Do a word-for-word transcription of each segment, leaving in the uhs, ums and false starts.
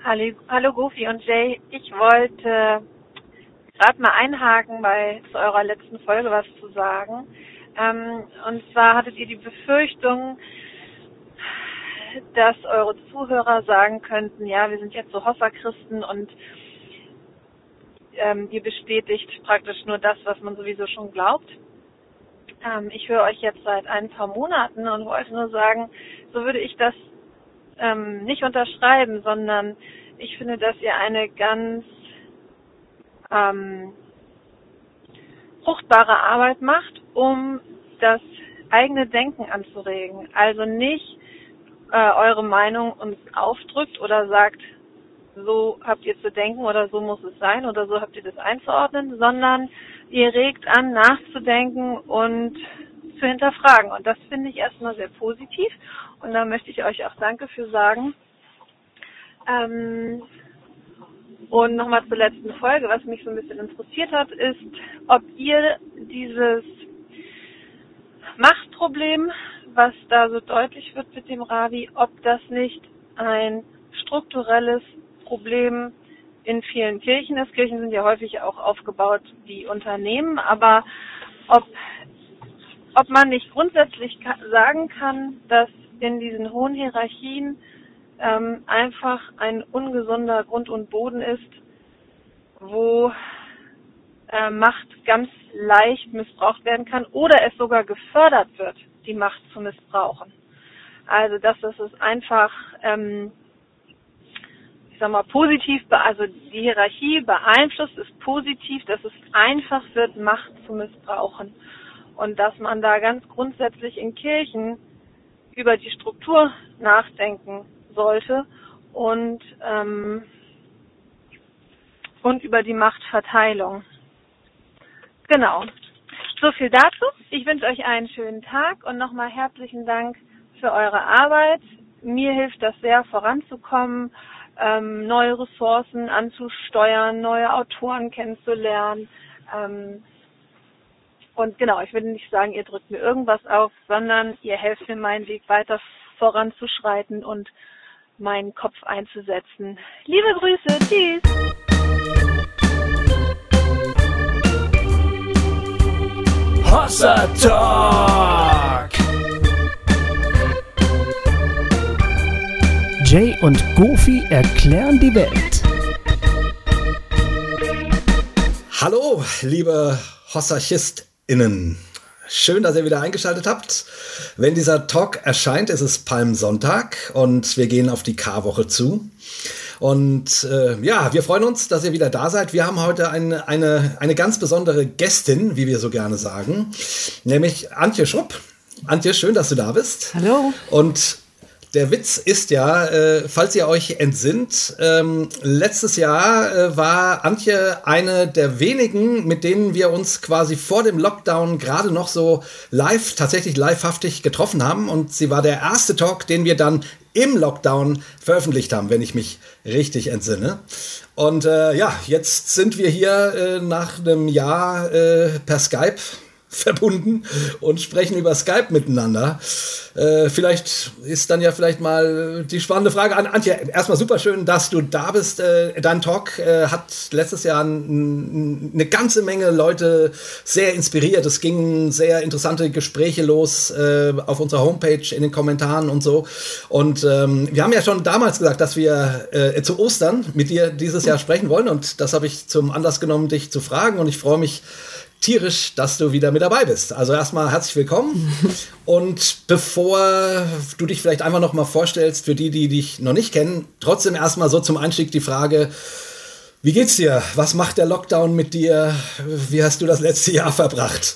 Hallo, hallo Goofy und Jay. Ich wollte gerade mal einhaken bei zu eurer letzten Folge was zu sagen. Ähm, und zwar hattet ihr die Befürchtung, dass eure Zuhörer sagen könnten, ja, wir sind jetzt so Hossa-Christen und ähm, ihr bestätigt praktisch nur das, was man sowieso schon glaubt. Ähm, ich höre euch jetzt seit ein paar Monaten und wollte nur sagen, so würde ich das ähm, nicht unterschreiben, sondern ich finde, dass ihr eine ganz ähm, fruchtbare Arbeit macht, um das eigene Denken anzuregen. Also nicht äh, eure Meinung uns aufdrückt oder sagt, so habt ihr zu denken oder so muss es sein oder so habt ihr das einzuordnen, sondern ihr regt an, nachzudenken und zu hinterfragen. Und das finde ich erstmal sehr positiv. Und da möchte ich euch auch Danke für sagen. Ähm, und nochmal zur letzten Folge, was mich so ein bisschen interessiert hat, ist, ob ihr dieses Machtproblem, was da so deutlich wird mit dem Ravi, ob das nicht ein strukturelles Problem in vielen Kirchen ist. Kirchen sind ja häufig auch aufgebaut wie Unternehmen, aber ob, ob man nicht grundsätzlich sagen kann, dass in diesen hohen Hierarchien ähm, einfach ein ungesunder Grund und Boden ist, wo äh, Macht ganz leicht missbraucht werden kann oder es sogar gefördert wird, die Macht zu missbrauchen. Also dass das ist einfach, ähm, ich sag mal, positiv, also die Hierarchie beeinflusst es positiv, dass es einfach wird, Macht zu missbrauchen. Und dass man da ganz grundsätzlich in Kirchen über die Struktur nachdenken sollte und ähm, und über die Machtverteilung. Genau. So viel dazu. Ich wünsche euch einen schönen Tag und nochmal herzlichen Dank für eure Arbeit. Mir hilft das sehr, voranzukommen, ähm, neue Ressourcen anzusteuern, neue Autoren kennenzulernen. Ähm, und genau, ich würde nicht sagen, ihr drückt mir irgendwas auf, sondern ihr helft mir, meinen Weg weiter voranzuschreiten und meinen Kopf einzusetzen. Liebe Grüße, tschüss! Hossa Talk! Jay und Goofy erklären die Welt. Hallo, liebe HossachistInnen. Schön, dass ihr wieder eingeschaltet habt. Wenn dieser Talk erscheint, ist es Palmsonntag und wir gehen auf die Karwoche zu. Und äh, ja, wir freuen uns, dass ihr wieder da seid. Wir haben heute eine, eine, eine ganz besondere Gästin, wie wir so gerne sagen, nämlich Antje Schrupp. Antje, schön, dass du da bist. Hallo. Und der Witz ist ja, äh, falls ihr euch entsinnt, ähm, letztes Jahr äh, war Antje eine der wenigen, mit denen wir uns quasi vor dem Lockdown gerade noch so live, tatsächlich livehaftig getroffen haben. Und sie war der erste Talk, den wir dann im Lockdown veröffentlicht haben, wenn ich mich richtig entsinne. Und äh, ja, jetzt sind wir hier äh, nach einem Jahr äh, per Skype verbunden und sprechen über Skype miteinander. Äh, vielleicht ist dann ja vielleicht mal die spannende Frage an Antje. Erstmal super schön, dass du da bist. Äh, dein Talk äh, hat letztes Jahr n- eine ganze Menge Leute sehr inspiriert. Es gingen sehr interessante Gespräche los äh, auf unserer Homepage, in den Kommentaren und so. Und ähm, wir haben ja schon damals gesagt, dass wir äh, zu Ostern mit dir dieses Jahr sprechen wollen. Und das habe ich zum Anlass genommen, dich zu fragen. Und ich freue mich tierisch, dass du wieder mit dabei bist. Also erstmal herzlich willkommen. Und bevor du dich vielleicht einfach noch mal vorstellst, für die, die dich noch nicht kennen, trotzdem erstmal so zum Einstieg die Frage, wie geht's dir? Was macht der Lockdown mit dir? Wie hast du das letzte Jahr verbracht?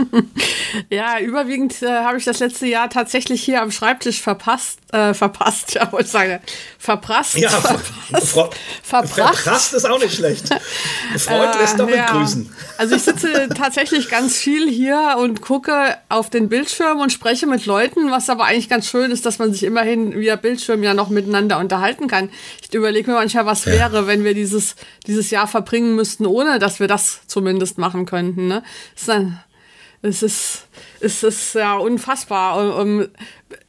Ja, überwiegend äh, habe ich das letzte Jahr tatsächlich hier am Schreibtisch verpasst, äh, verpasst, ja, wollte ich sagen, verprasst, ja, verpasst, ver- verbracht. Verprasst ist auch nicht schlecht. Freund lässt doppelt ja. grüßen. Also ich sitze tatsächlich ganz viel hier und gucke auf den Bildschirm und spreche mit Leuten, was aber eigentlich ganz schön ist, dass man sich immerhin via Bildschirm ja noch miteinander unterhalten kann. Ich überlege mir manchmal, was ja. wäre, wenn wir dieses, dieses Jahr verbringen müssten, ohne dass wir das zumindest machen könnten, ne? Das ist dann Es ist, es ist ja unfassbar. Um,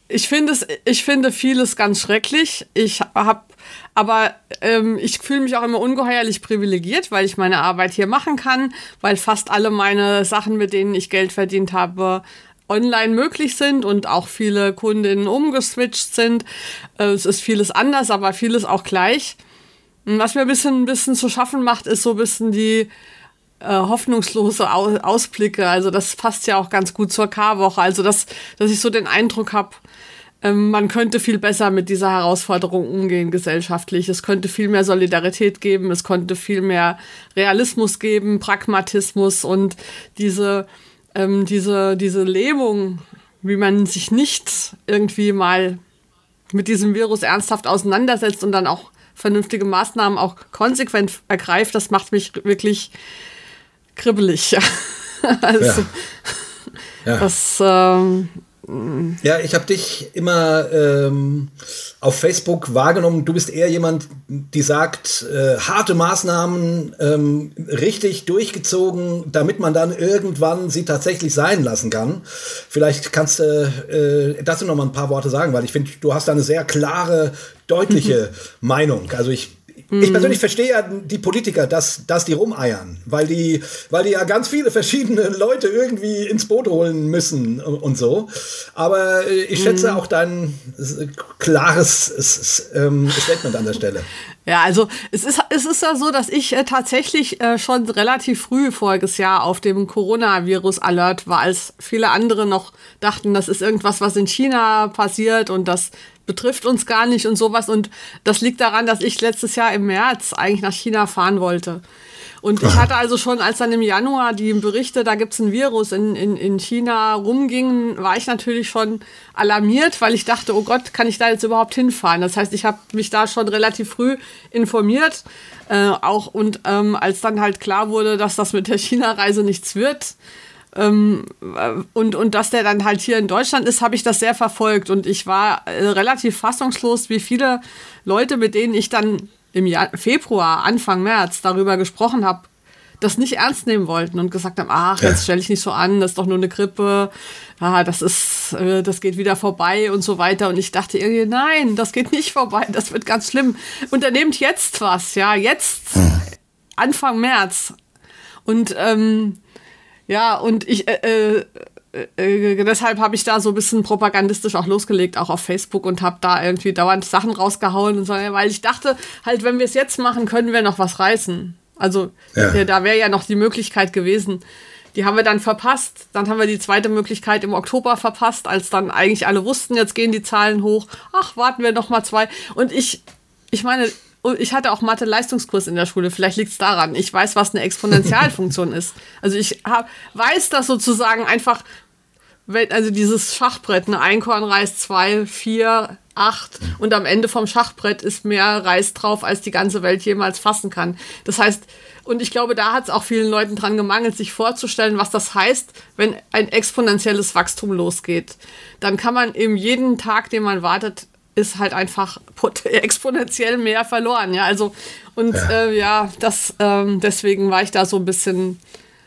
ich finde es, ich finde vieles ganz schrecklich. Ich habe, aber ähm, ich fühle mich auch immer ungeheuerlich privilegiert, weil ich meine Arbeit hier machen kann, weil fast alle meine Sachen, mit denen ich Geld verdient habe, online möglich sind und auch viele Kundinnen umgeswitcht sind. Äh, es ist vieles anders, aber vieles auch gleich. Und was mir ein bisschen, ein bisschen zu schaffen macht, ist so ein bisschen die äh, hoffnungslose Au- Ausblicke. Also das passt ja auch ganz gut zur Karwoche. Also dass, dass ich so den Eindruck habe, ähm, man könnte viel besser mit dieser Herausforderung umgehen gesellschaftlich. Es könnte viel mehr Solidarität geben, es könnte viel mehr Realismus geben, Pragmatismus und diese, ähm, diese, diese Lähmung, wie man sich nicht irgendwie mal mit diesem Virus ernsthaft auseinandersetzt und dann auch vernünftige Maßnahmen auch konsequent ergreift, das macht mich wirklich kribbelig. Ja. Also, ja. Ja. Das, ähm, ja, ich habe dich immer ähm, auf Facebook wahrgenommen. Du bist eher jemand, die sagt, äh, harte Maßnahmen ähm, richtig durchgezogen, damit man dann irgendwann sie tatsächlich sein lassen kann. Vielleicht kannst du äh, dazu noch mal ein paar Worte sagen, weil ich finde, du hast da eine sehr klare, deutliche Meinung. Also ich Ich persönlich verstehe ja die Politiker, dass, dass die rumeiern, weil die, weil die ja ganz viele verschiedene Leute irgendwie ins Boot holen müssen und, und so. Aber ich schätze mhm. auch dein klares ähm, Statement an der Stelle. Ja, also es ist, es ist ja so, dass ich äh, tatsächlich äh, schon relativ früh voriges Jahr auf dem Coronavirus-Alert war, als viele andere noch dachten, das ist irgendwas, was in China passiert und das betrifft uns gar nicht und sowas. Und das liegt daran, dass ich letztes Jahr im März eigentlich nach China fahren wollte. Und ich hatte also schon, als dann im Januar die Berichte, da gibt's ein Virus in, in, in China rumgingen, war ich natürlich schon alarmiert, weil ich dachte, oh Gott, kann ich da jetzt überhaupt hinfahren? Das heißt, ich habe mich da schon relativ früh informiert. Äh, auch und ähm, als dann halt klar wurde, dass das mit der China-Reise nichts wird, ähm, und, und dass der dann halt hier in Deutschland ist, habe ich das sehr verfolgt. Und ich war äh, relativ fassungslos, wie viele Leute, mit denen ich dann im Jahr, Februar, Anfang März darüber gesprochen habe, das nicht ernst nehmen wollten und gesagt haben, ach, jetzt stell dich nicht so an, das ist doch nur eine Grippe, ah, das ist, äh, das geht wieder vorbei und so weiter. Und ich dachte irgendwie, nein, das geht nicht vorbei, das wird ganz schlimm. Unternehmt jetzt was, ja, jetzt, hm. Anfang März. Und ähm, ja, und ich, äh, äh, äh, deshalb habe ich da so ein bisschen propagandistisch auch losgelegt, auch auf Facebook, und habe da irgendwie dauernd Sachen rausgehauen und so, weil ich dachte, halt, wenn wir es jetzt machen, können wir noch was reißen. Also ja. äh, da wäre ja noch die Möglichkeit gewesen. Die haben wir dann verpasst. Dann haben wir die zweite Möglichkeit im Oktober verpasst, als dann eigentlich alle wussten, jetzt gehen die Zahlen hoch. Ach, warten wir noch mal zwei. Und ich, ich meine, ich hatte auch Mathe-Leistungskurs in der Schule. Vielleicht liegt es daran. Ich weiß, was eine Exponentialfunktion ist. Also ich hab, weiß das sozusagen einfach, wenn, also dieses Schachbrett, ne, ein Korn Reis, zwei, vier, acht, und am Ende vom Schachbrett ist mehr Reis drauf, als die ganze Welt jemals fassen kann. Das heißt, und ich glaube, da hat es auch vielen Leuten dran gemangelt, sich vorzustellen, was das heißt, wenn ein exponentielles Wachstum losgeht. Dann kann man eben jeden Tag, den man wartet, ist halt einfach exponentiell mehr verloren. Ja, also, und ja, äh, ja das, ähm, deswegen war ich da so ein bisschen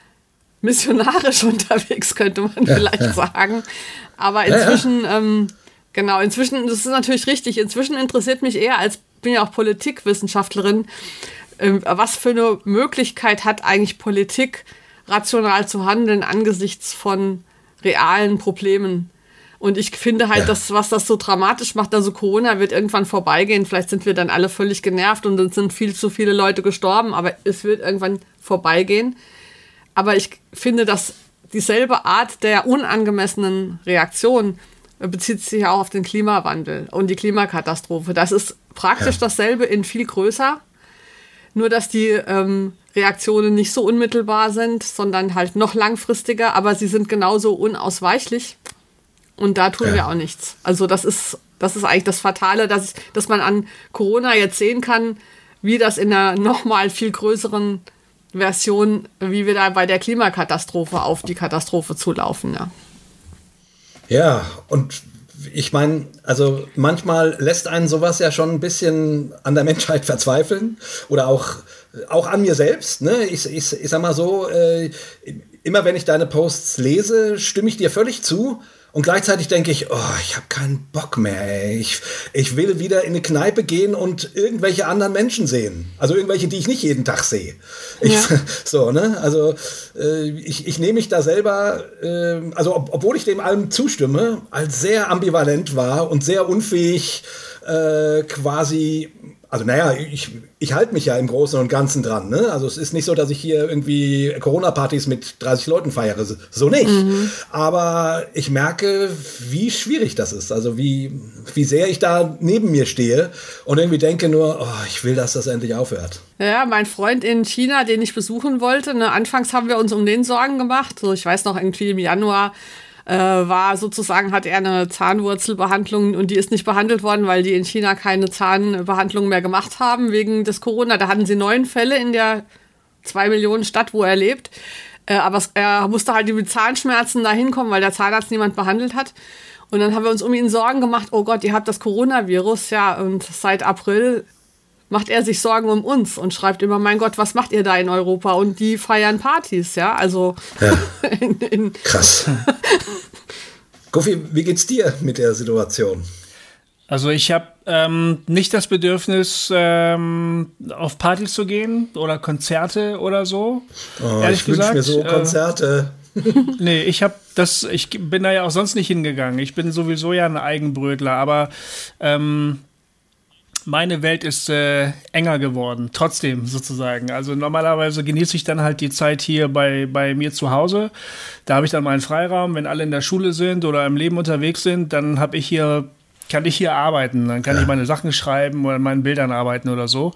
missionarisch unterwegs, könnte man ja, vielleicht ja. sagen. Aber inzwischen, ja, ja. Ähm, genau, inzwischen, das ist natürlich richtig, inzwischen interessiert mich eher, als bin ja auch Politikwissenschaftlerin, äh, was für eine Möglichkeit hat eigentlich Politik, rational zu handeln angesichts von realen Problemen. Und ich finde halt, ja. das, was das so dramatisch macht, also Corona wird irgendwann vorbeigehen, vielleicht sind wir dann alle völlig genervt und dann sind viel zu viele Leute gestorben, aber es wird irgendwann vorbeigehen. Aber ich finde, dass dieselbe Art der unangemessenen Reaktion bezieht sich auch auf den Klimawandel und die Klimakatastrophe. Das ist praktisch ja. dasselbe in viel größer, nur dass die ähm, Reaktionen nicht so unmittelbar sind, sondern halt noch langfristiger, aber sie sind genauso unausweichlich. Und da tun ja. wir auch nichts. Also das ist, das ist eigentlich das Fatale, dass, dass man an Corona jetzt sehen kann, wie das in einer nochmal viel größeren Version, wie wir da bei der Klimakatastrophe auf die Katastrophe zulaufen. Ja, ja, und ich meine, also manchmal lässt einen sowas ja schon ein bisschen an der Menschheit verzweifeln oder auch, auch an mir selbst. Ne? Ich, ich, ich sag mal so, äh, immer wenn ich deine Posts lese, stimme ich dir völlig zu Und gleichzeitig denke ich, oh, ich habe keinen Bock mehr, ey. Ich, ich will wieder in eine Kneipe gehen und irgendwelche anderen Menschen sehen. Also irgendwelche, die ich nicht jeden Tag sehe. Ich, ja. So, ne? Also äh, ich, ich nehme mich da selber, äh, also ob, obwohl ich dem allem zustimme, als sehr ambivalent war und sehr unfähig äh, quasi. Also naja, ich, ich halte mich ja im Großen und Ganzen dran. Ne? Also es ist nicht so, dass ich hier irgendwie Corona-Partys mit dreißig Leuten feiere. So nicht. Mhm. Aber ich merke, wie schwierig das ist. Also wie, wie sehr ich da neben mir stehe und irgendwie denke nur, oh, ich will, dass das endlich aufhört. Ja, mein Freund in China, den ich besuchen wollte, ne, anfangs haben wir uns um den Sorgen gemacht. So, ich weiß noch, irgendwie im Januar Äh, war sozusagen, hat er eine Zahnwurzelbehandlung und die ist nicht behandelt worden, weil die in China keine Zahnbehandlung mehr gemacht haben wegen des Corona. Da hatten sie neun Fälle in der zwei Millionen Stadt, wo er lebt. Äh, aber es, er musste halt mit Zahnschmerzen da hinkommen, weil der Zahnarzt niemand behandelt hat. Und dann haben wir uns um ihn Sorgen gemacht. Oh Gott, ihr habt das Coronavirus. Ja, und seit April macht er sich Sorgen um uns und schreibt immer, mein Gott, was macht ihr da in Europa? Und die feiern Partys, ja, also ja. in, in krass. Goofy, wie geht's dir mit der Situation? Also ich habe ähm, nicht das Bedürfnis, ähm, auf Partys zu gehen oder Konzerte oder so. Oh, ehrlich ich wünsche mir so Konzerte. Äh, nee, ich habe das, ich bin da ja auch sonst nicht hingegangen. Ich bin sowieso ja ein Eigenbrötler, aber ähm, meine Welt ist äh, enger geworden, trotzdem sozusagen. Also normalerweise genieße ich dann halt die Zeit hier bei, bei mir zu Hause. Da habe ich dann meinen Freiraum. Wenn alle in der Schule sind oder im Leben unterwegs sind, dann habe ich hier, kann ich hier arbeiten. Dann kann ja. ich meine Sachen schreiben oder an meinen Bildern arbeiten oder so.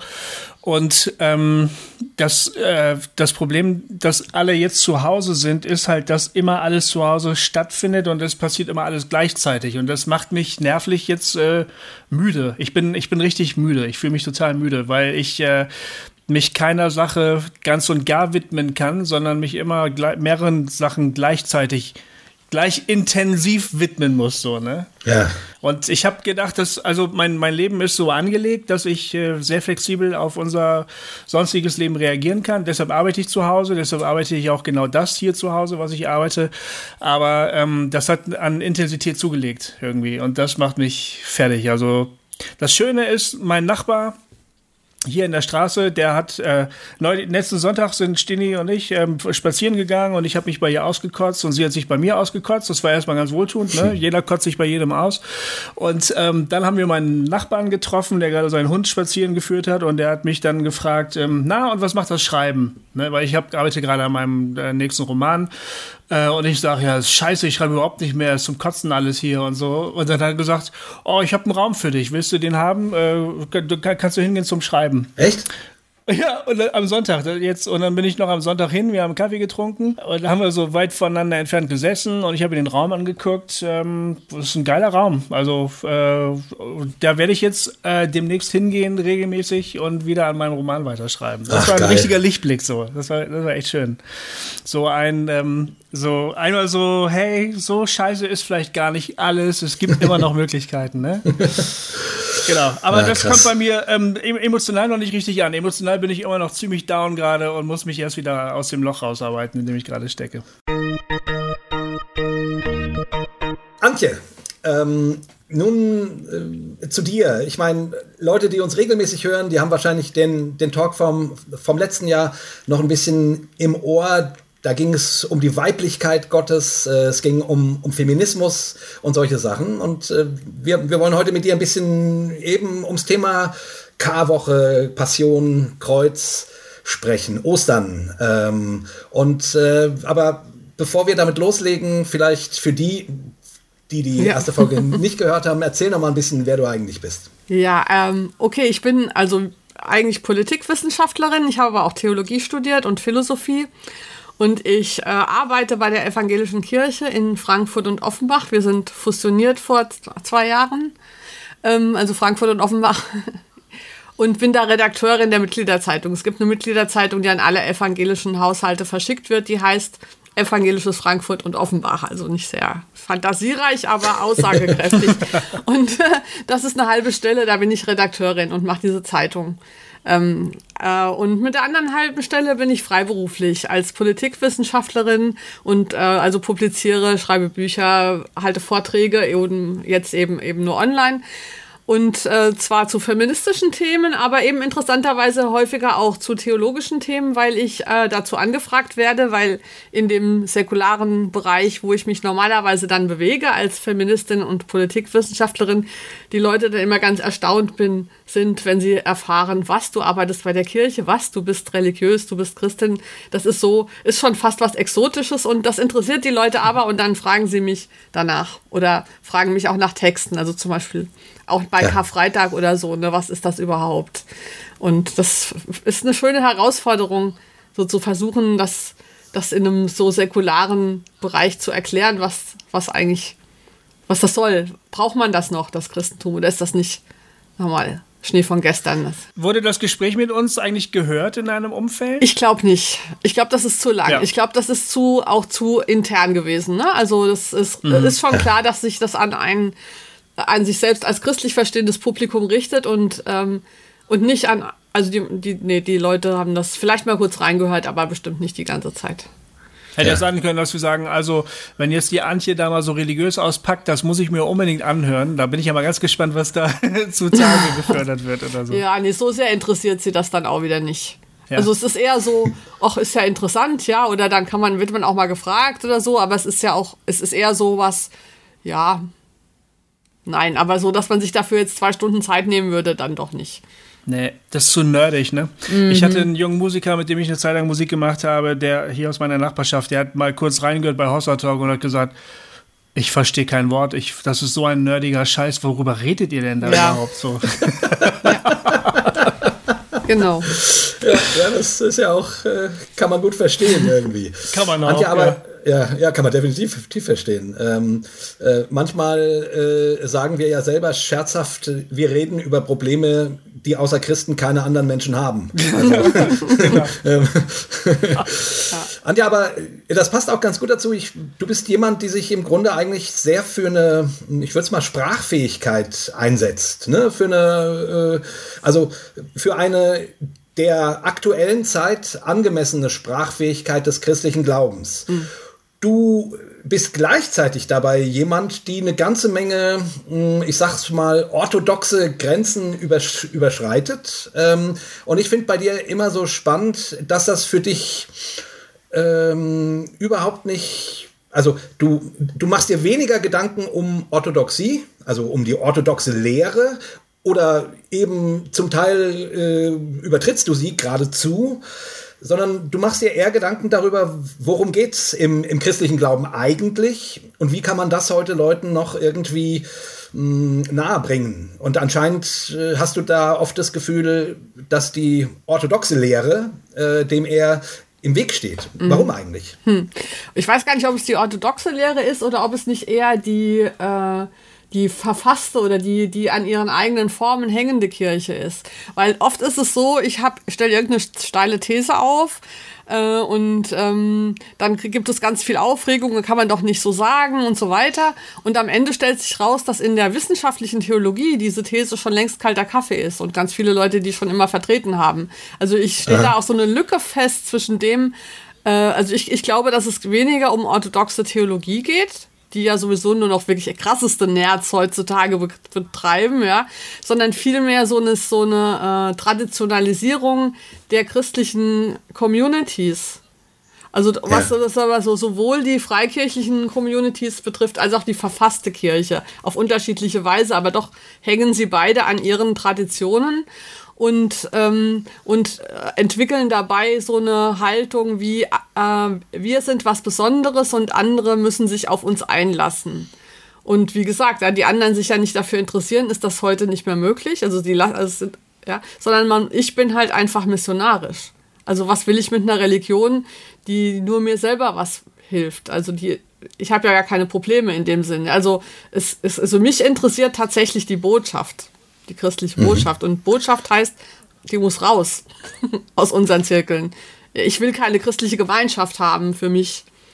Und ähm, das, äh, das Problem, dass alle jetzt zu Hause sind, ist halt, dass immer alles zu Hause stattfindet und es passiert immer alles gleichzeitig. Und das macht mich nervlich jetzt äh, müde. Ich bin, ich bin richtig müde. Ich fühle mich total müde, weil ich äh, mich keiner Sache ganz und gar widmen kann, sondern mich immer gle- mehreren Sachen gleichzeitig gleich intensiv widmen muss, so, ne? Ja. Und ich habe gedacht, dass, also mein, mein Leben ist so angelegt, dass ich äh, sehr flexibel auf unser sonstiges Leben reagieren kann. Deshalb arbeite ich zu Hause, deshalb arbeite ich auch genau das hier zu Hause, was ich arbeite. Aber ähm, das hat an Intensität zugelegt irgendwie und das macht mich fertig. Also das Schöne ist, mein Nachbar hier in der Straße, der hat, äh, neu, letzten Sonntag sind Stini und ich ähm, spazieren gegangen und ich habe mich bei ihr ausgekotzt und sie hat sich bei mir ausgekotzt. Das war erstmal ganz wohltuend, ne? Jeder kotzt sich bei jedem aus. Und ähm, dann haben wir meinen Nachbarn getroffen, der gerade seinen Hund spazieren geführt hat und der hat mich dann gefragt, ähm, na, und was macht das Schreiben? Ne? Weil ich hab, arbeite gerade an meinem äh, nächsten Roman. Und ich sage, ja, das ist scheiße, ich schreibe überhaupt nicht mehr, ist zum Kotzen alles hier und so. Und dann hat er gesagt, oh, ich habe einen Raum für dich, willst du den haben? Äh, du, kannst du hingehen zum Schreiben. Echt? Ja, und dann, am Sonntag jetzt, und dann bin ich noch am Sonntag hin, wir haben Kaffee getrunken und da haben wir so weit voneinander entfernt gesessen und ich habe mir den Raum angeguckt, ähm, das ist ein geiler Raum, also äh, da werde ich jetzt äh, demnächst hingehen, regelmäßig und wieder an meinem Roman weiterschreiben. Das Ach, war ein geil. richtiger Lichtblick so, das war, das war echt schön. So ein, ähm, so einmal so, hey, so scheiße ist vielleicht gar nicht alles, es gibt immer noch Möglichkeiten, ne? Genau, aber ja, das krass. Kommt bei mir ähm, emotional noch nicht richtig an. Emotional bin ich immer noch ziemlich down gerade und muss mich erst wieder aus dem Loch rausarbeiten, in dem ich gerade stecke. Antje, ähm, nun äh, zu dir. Ich meine, Leute, die uns regelmäßig hören, die haben wahrscheinlich den, den Talk vom, vom letzten Jahr noch ein bisschen im Ohr. Da ging es um die Weiblichkeit Gottes, äh, es ging um, um Feminismus und solche Sachen. Und äh, wir, wir wollen heute mit dir ein bisschen eben ums Thema Karwoche, Passion, Kreuz sprechen, Ostern. Ähm, und äh, aber bevor wir damit loslegen, vielleicht für die, die die ja. erste Folge nicht gehört haben, erzähl noch mal ein bisschen, wer du eigentlich bist. Ja, ähm, okay, ich bin also eigentlich Politikwissenschaftlerin, ich habe aber auch Theologie studiert und Philosophie. Und ich äh, arbeite bei der Evangelischen Kirche in Frankfurt und Offenbach. Wir sind fusioniert vor z- zwei Jahren, ähm, also Frankfurt und Offenbach. Und bin da Redakteurin der Mitgliederzeitung. Es gibt eine Mitgliederzeitung, die an alle evangelischen Haushalte verschickt wird. Die heißt Evangelisches Frankfurt und Offenbach. Also nicht sehr fantasiereich, aber aussagekräftig. Und äh, das ist eine halbe Stelle, da bin ich Redakteurin und mache diese Zeitung. Ähm, äh, und mit der anderen halben Stelle bin ich freiberuflich als Politikwissenschaftlerin und äh, also publiziere, schreibe Bücher, halte Vorträge, eben, jetzt eben eben nur online. Und äh, zwar zu feministischen Themen, aber eben interessanterweise häufiger auch zu theologischen Themen, weil ich äh, dazu angefragt werde, weil in dem säkularen Bereich, wo ich mich normalerweise dann bewege als Feministin und Politikwissenschaftlerin, die Leute dann immer ganz erstaunt bin, sind, wenn sie erfahren, was du arbeitest bei der Kirche, was du bist religiös, du bist Christin. Das ist so, ist schon fast was Exotisches und das interessiert die Leute aber und dann fragen sie mich danach oder fragen mich auch nach Texten, also zum Beispiel auch bei ja. Karfreitag oder so, ne, was ist das überhaupt? Und das ist eine schöne Herausforderung, so zu versuchen, das, das in einem so säkularen Bereich zu erklären, was, was eigentlich, was das soll. Braucht man das noch, das Christentum, oder ist das nicht, nochmal, Schnee von gestern? Wurde das Gespräch mit uns eigentlich gehört in einem Umfeld? Ich glaube nicht. Ich glaube, das ist zu lang. Ja. Ich glaube, das ist zu, auch zu intern gewesen. Ne? Also das ist, mhm. ist schon klar, dass sich das an einen an sich selbst als christlich verstehendes Publikum richtet und, ähm, und nicht an, also die, die, nee, die Leute haben das vielleicht mal kurz reingehört, aber bestimmt nicht die ganze Zeit. Hätte ja sein können, dass wir sagen, also wenn jetzt die Antje da mal so religiös auspackt, das muss ich mir unbedingt anhören. Da bin ich ja mal ganz gespannt, was da zu Tage gefördert wird oder so. Ja, nee, so sehr interessiert sie das dann auch wieder nicht. Ja. Also es ist eher so, ach, ist ja interessant, ja, oder dann kann man, wird man auch mal gefragt oder so, aber es ist ja auch, es ist eher so was, ja, nein, aber so, dass man sich dafür jetzt zwei Stunden Zeit nehmen würde, dann doch nicht. Nee, das ist zu nerdig, ne? Mhm. Ich hatte einen jungen Musiker, mit dem ich eine Zeit lang Musik gemacht habe, der hier aus meiner Nachbarschaft, der hat mal kurz reingehört bei Hossa Talk und hat gesagt, ich verstehe kein Wort, ich, das ist so ein nerdiger Scheiß, worüber redet ihr denn da ja. überhaupt so? Genau. Ja, ja, das ist ja auch, äh, kann man gut verstehen irgendwie. Kann man auch, Antje, aber, ja. Ja, ja, kann man definitiv tief verstehen. Ähm, äh, manchmal äh, sagen wir ja selber scherzhaft, wir reden über Probleme, die außer Christen keine anderen Menschen haben. Also, ähm, ja. Antje, aber das passt auch ganz gut dazu. Ich, du bist jemand, die sich im Grunde eigentlich sehr für eine, ich würde es mal Sprachfähigkeit einsetzt. Ne? Für eine, äh, also für eine der aktuellen Zeit angemessene Sprachfähigkeit des christlichen Glaubens. Mhm. Du bist gleichzeitig dabei jemand, die eine ganze Menge, ich sag's mal, orthodoxe Grenzen übersch- überschreitet. Und ich finde bei dir immer so spannend, dass das für dich ähm, überhaupt nicht, also du, du machst dir weniger Gedanken um Orthodoxie, also um die orthodoxe Lehre, oder eben zum Teil äh, übertrittst du sie geradezu, sondern du machst dir eher Gedanken darüber, worum geht's im, im christlichen Glauben eigentlich und wie kann man das heute Leuten noch irgendwie mh, nahebringen. Und anscheinend äh, hast du da oft das Gefühl, dass die orthodoxe Lehre äh, dem eher im Weg steht. Mhm. Warum eigentlich? Hm. Ich weiß gar nicht, ob es die orthodoxe Lehre ist oder ob es nicht eher die äh die verfasste oder die, die an ihren eigenen Formen hängende Kirche ist. Weil oft ist es so, ich hab, stelle irgendeine steile These auf äh, und ähm, dann gibt es ganz viel Aufregung, kann man doch nicht so sagen und so weiter. Und am Ende stellt sich raus, dass in der wissenschaftlichen Theologie diese These schon längst kalter Kaffee ist und ganz viele Leute die schon immer vertreten haben. Also ich stelle da auch so eine Lücke fest zwischen dem, äh, also ich, ich glaube, dass es weniger um orthodoxe Theologie geht, die ja sowieso nur noch wirklich krasseste Nerds heutzutage betreiben, ja, sondern vielmehr so eine, so eine äh, Traditionalisierung der christlichen Communities. Also was ja. das aber so sowohl die freikirchlichen Communities betrifft, als auch die verfasste Kirche auf unterschiedliche Weise, aber doch hängen sie beide an ihren Traditionen. Und, ähm, und äh, entwickeln dabei so eine Haltung wie, äh, wir sind was Besonderes und andere müssen sich auf uns einlassen. Und wie gesagt, da die anderen sich ja nicht dafür interessieren, ist das heute nicht mehr möglich. Also die, also, ja, sondern man, ich bin halt einfach missionarisch. Also was will ich mit einer Religion, die nur mir selber was hilft? Also die, ich habe ja gar keine Probleme in dem Sinne. Also es, es, also mich interessiert tatsächlich die Botschaft. Die christliche Botschaft. Mhm. Und Botschaft heißt, die muss raus aus unseren Zirkeln. Ich will keine christliche Gemeinschaft haben für mich.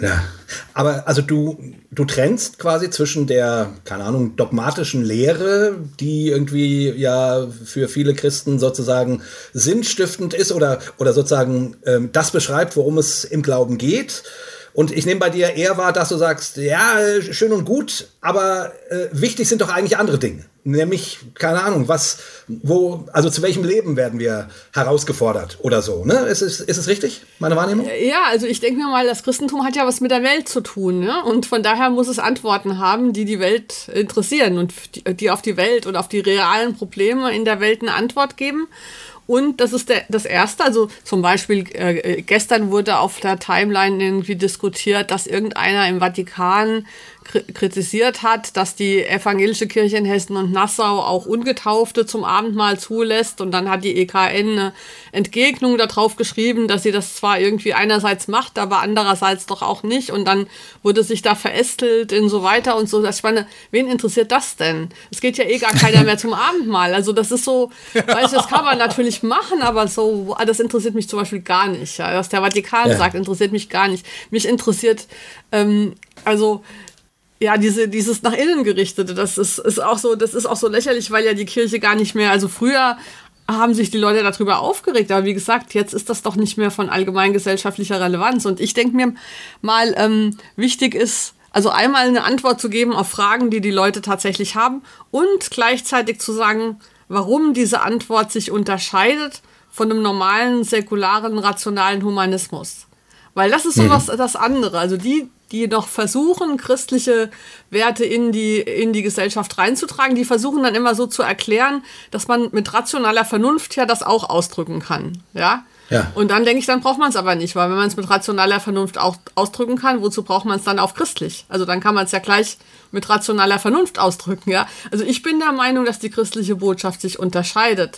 Ja, aber also du, du trennst quasi zwischen der, keine Ahnung, dogmatischen Lehre, die irgendwie ja für viele Christen sozusagen sinnstiftend ist oder, oder sozusagen ähm, das beschreibt, worum es im Glauben geht. Und ich nehme bei dir eher wahr, dass du sagst, ja, schön und gut, aber äh, wichtig sind doch eigentlich andere Dinge. Nämlich, keine Ahnung, was, wo, also zu welchem Leben werden wir herausgefordert oder so, ne? Ist es, ist es richtig, meine Wahrnehmung? Ja, also ich denke mir mal, das Christentum hat ja was mit der Welt zu tun, ne? Und von daher muss es Antworten haben, die die Welt interessieren und die, die auf die Welt und auf die realen Probleme in der Welt eine Antwort geben. Und das ist der, das Erste, also zum Beispiel äh, gestern wurde auf der Timeline irgendwie diskutiert, dass irgendeiner im Vatikan kritisiert hat, dass die evangelische Kirche in Hessen und Nassau auch Ungetaufte zum Abendmahl zulässt. Und dann hat die E K N eine Entgegnung darauf geschrieben, dass sie das zwar irgendwie einerseits macht, aber andererseits doch auch nicht. Und dann wurde sich da verästelt und so weiter und so. Ich meine, wen interessiert das denn? Es geht ja eh gar keiner mehr zum Abendmahl. Also das ist so, weißt du, das kann man natürlich machen, aber so, das interessiert mich zum Beispiel gar nicht. Ja. Was der Vatikan ja. sagt, interessiert mich gar nicht. Mich interessiert, ähm, also ja, diese, dieses nach innen gerichtete, das ist, ist auch so, das ist auch so lächerlich, weil ja die Kirche gar nicht mehr, also früher haben sich die Leute darüber aufgeregt, aber wie gesagt, jetzt ist das doch nicht mehr von allgemeingesellschaftlicher Relevanz. Und ich denke mir mal, ähm, wichtig ist, also einmal eine Antwort zu geben auf Fragen, die die Leute tatsächlich haben und gleichzeitig zu sagen, warum diese Antwort sich unterscheidet von einem normalen, säkularen, rationalen Humanismus. Weil das ist sowas, mhm. das andere. Also die, die noch versuchen, christliche Werte in die, in die Gesellschaft reinzutragen, die versuchen dann immer so zu erklären, dass man mit rationaler Vernunft ja das auch ausdrücken kann. Ja. Ja. Und dann denke ich, dann braucht man es aber nicht, weil wenn man es mit rationaler Vernunft auch ausdrücken kann, wozu braucht man es dann auf christlich? Also dann kann man es ja gleich mit rationaler Vernunft ausdrücken. Ja. Also ich bin der Meinung, dass die christliche Botschaft sich unterscheidet.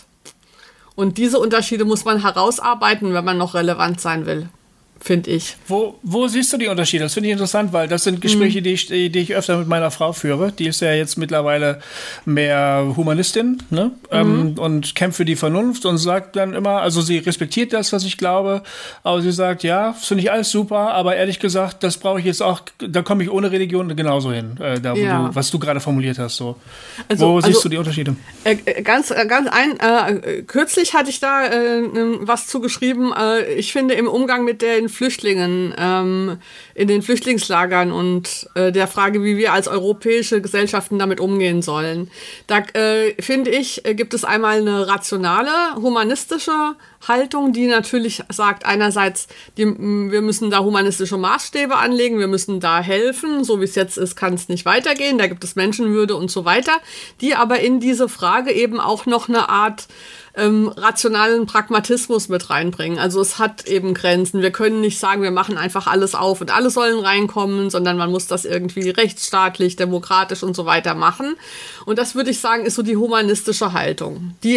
Und diese Unterschiede muss man herausarbeiten, wenn man noch relevant sein will. Finde ich. Wo, wo siehst du die Unterschiede? Das finde ich interessant, weil das sind Gespräche, mhm. die, ich, die ich öfter mit meiner Frau führe. Die ist ja jetzt mittlerweile mehr Humanistin, ne? Mhm. Ähm, und kämpft für die Vernunft und sagt dann immer, also sie respektiert das, was ich glaube, aber sie sagt, ja, finde ich alles super, aber ehrlich gesagt, das brauche ich jetzt auch, da komme ich ohne Religion genauso hin, äh, da, ja. du, was du gerade formuliert hast. So. Also, wo siehst also, du die Unterschiede? Äh, ganz, ganz ein, äh, kürzlich hatte ich da äh, was zugeschrieben, äh, ich finde im Umgang mit der Flüchtlingen, ähm, in den Flüchtlingslagern und äh, der Frage, wie wir als europäische Gesellschaften damit umgehen sollen. Da äh, finde ich, äh, gibt es einmal eine rationale, humanistische Haltung, die natürlich sagt, einerseits, die, wir müssen da humanistische Maßstäbe anlegen, wir müssen da helfen, so wie es jetzt ist, kann es nicht weitergehen, da gibt es Menschenwürde und so weiter, die aber in diese Frage eben auch noch eine Art Ähm, rationalen Pragmatismus mit reinbringen. Also es hat eben Grenzen. Wir können nicht sagen, wir machen einfach alles auf und alle sollen reinkommen, sondern man muss das irgendwie rechtsstaatlich, demokratisch und so weiter machen. Und das würde ich sagen, ist so die humanistische Haltung, die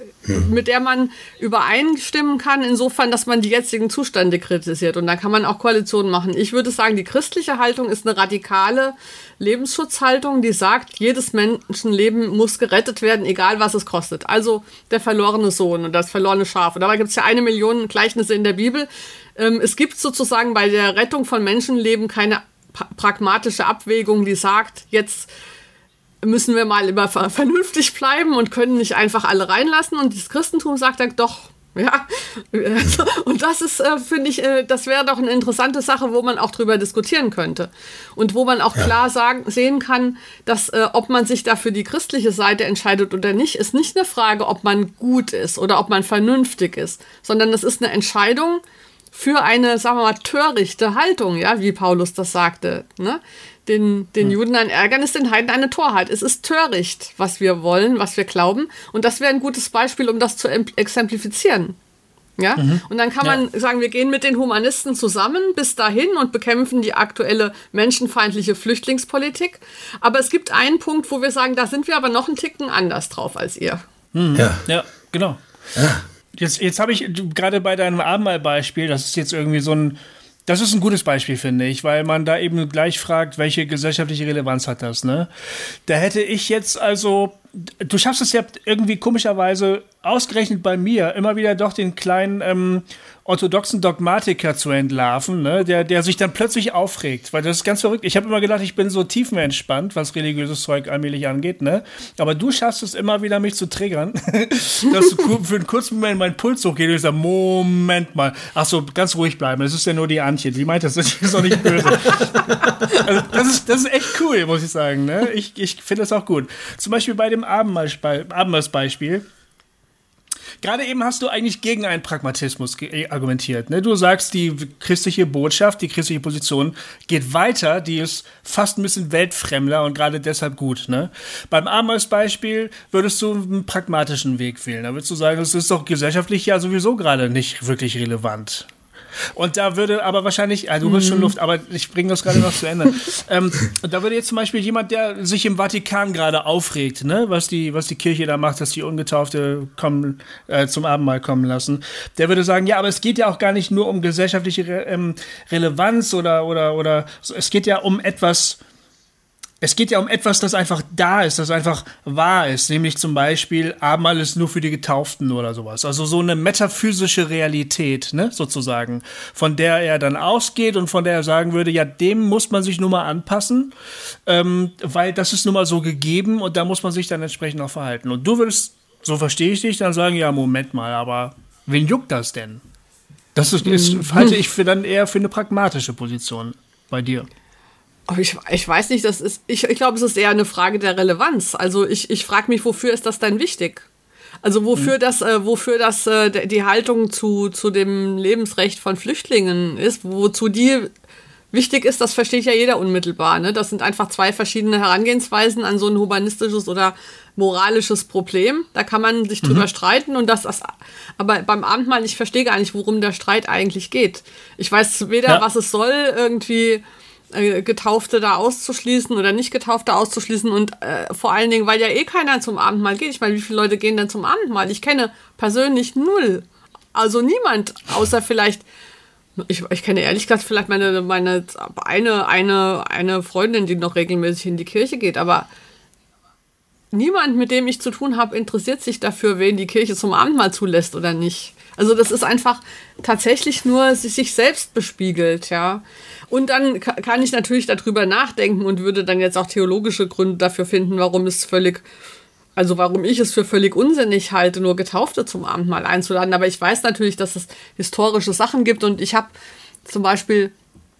mit der man übereinstimmen kann, insofern, dass man die jetzigen Zustände kritisiert. Und da kann man auch Koalitionen machen. Ich würde sagen, die christliche Haltung ist eine radikale Lebensschutzhaltung, die sagt, jedes Menschenleben muss gerettet werden, egal was es kostet. Also der verlorene Sohn und das verlorene Schaf. Und dabei gibt es ja eine Million Gleichnisse in der Bibel. Ähm, es gibt sozusagen bei der Rettung von Menschenleben keine pragmatische Abwägung, die sagt, jetzt müssen wir mal immer vernünftig bleiben und können nicht einfach alle reinlassen. Und das Christentum sagt dann doch, ja. Und das ist, äh, finde ich, äh, das wäre doch eine interessante Sache, wo man auch drüber diskutieren könnte. Und wo man auch ja. klar sagen, sehen kann, dass, äh, ob man sich da für die christliche Seite entscheidet oder nicht, ist nicht eine Frage, ob man gut ist oder ob man vernünftig ist, sondern es ist eine Entscheidung für eine, sagen wir mal, törichte Haltung, ja, wie Paulus das sagte, ne? Den, den hm. Juden ein Ärgernis, den Heiden eine Torheit. Es ist töricht, was wir wollen, was wir glauben. Und das wäre ein gutes Beispiel, um das zu exemplifizieren. Ja? Mhm. Und dann kann man ja. sagen, wir gehen mit den Humanisten zusammen bis dahin und bekämpfen die aktuelle menschenfeindliche Flüchtlingspolitik. Aber es gibt einen Punkt, wo wir sagen, da sind wir aber noch einen Ticken anders drauf als ihr. Mhm. Ja. ja, genau. Ja. Jetzt, jetzt habe ich gerade bei deinem Abendmahlbeispiel, das ist jetzt irgendwie so ein Das ist ein gutes Beispiel, finde ich, weil man da eben gleich fragt, welche gesellschaftliche Relevanz hat das, ne? Da hätte ich jetzt also, du schaffst es ja irgendwie komischerweise ausgerechnet bei mir immer wieder doch den kleinen ähm, orthodoxen Dogmatiker zu entlarven, ne? der, der sich dann plötzlich aufregt, weil das ist ganz verrückt. Ich habe immer gedacht, ich bin so tiefenentspannt, was religiöses Zeug allmählich angeht, ne? Aber du schaffst es immer wieder, mich zu triggern, dass du für einen kurzen Moment mein Puls hochgeht und ich sage, Moment mal, ach so, ganz ruhig bleiben, das ist ja nur die Antje, die meint das, das ist doch nicht böse. Also das ist, das ist echt cool, muss ich sagen, ne? Ich, ich finde das auch gut. Zum Beispiel bei dem Abendmahlsbeispiel. Gerade eben hast du eigentlich gegen einen Pragmatismus argumentiert. Ne? Du sagst, die christliche Botschaft, die christliche Position geht weiter, die ist fast ein bisschen weltfremder und gerade deshalb gut. Ne? Beim Abendmahlsbeispiel würdest du einen pragmatischen Weg wählen. Da würdest du sagen, das ist doch gesellschaftlich ja sowieso gerade nicht wirklich relevant. Und da würde aber wahrscheinlich, also du hast schon Luft, aber ich bringe das gerade noch zu Ende. ähm, da würde jetzt zum Beispiel jemand, der sich im Vatikan gerade aufregt, ne, was die, was die Kirche da macht, dass die Ungetaufte kommen, äh, zum Abendmahl kommen lassen, der würde sagen, ja, aber es geht ja auch gar nicht nur um gesellschaftliche Re- ähm, Relevanz oder, oder, oder, es geht ja um etwas, Es geht ja um etwas, das einfach da ist, das einfach wahr ist, nämlich zum Beispiel Abendmahl ist nur für die Getauften oder sowas. Also so eine metaphysische Realität, ne, sozusagen, von der er dann ausgeht und von der er sagen würde, ja, dem muss man sich nun mal anpassen, ähm, weil das ist nun mal so gegeben und da muss man sich dann entsprechend auch verhalten. Und du würdest, so verstehe ich dich, dann sagen, ja, Moment mal, aber wen juckt das denn? Das ist, ist, halte ich für dann eher für eine pragmatische Position bei dir. Ich, ich weiß nicht, das ist, ich, ich glaube, es ist eher eine Frage der Relevanz. Also ich, ich frage mich, wofür ist das denn wichtig? Also wofür mhm. das, äh, wofür das äh, die Haltung zu, zu dem Lebensrecht von Flüchtlingen ist, wozu die wichtig ist, das versteht ja jeder unmittelbar. Ne? Das sind einfach zwei verschiedene Herangehensweisen an so ein humanistisches oder moralisches Problem. Da kann man sich drüber mhm. streiten und das, das, aber beim Abendmahl, ich verstehe gar nicht, worum der Streit eigentlich geht. Ich weiß weder, ja. was es soll, irgendwie Getaufte da auszuschließen oder nicht Getaufte auszuschließen und äh, vor allen Dingen, weil ja eh keiner zum Abendmahl geht. Ich meine, wie viele Leute gehen denn zum Abendmahl? Ich kenne persönlich null. Also niemand, außer vielleicht, ich, ich kenne ehrlich gesagt vielleicht meine, meine eine, eine, eine Freundin, die noch regelmäßig in die Kirche geht, aber niemand, mit dem ich zu tun habe, interessiert sich dafür, wen die Kirche zum Abendmahl zulässt oder nicht. Also das ist einfach tatsächlich nur sich selbst bespiegelt, ja. Und dann kann ich natürlich darüber nachdenken und würde dann jetzt auch theologische Gründe dafür finden, warum es völlig, also warum ich es für völlig unsinnig halte, nur Getaufte zum Abendmahl einzuladen. Aber ich weiß natürlich, dass es historische Sachen gibt und ich habe zum Beispiel,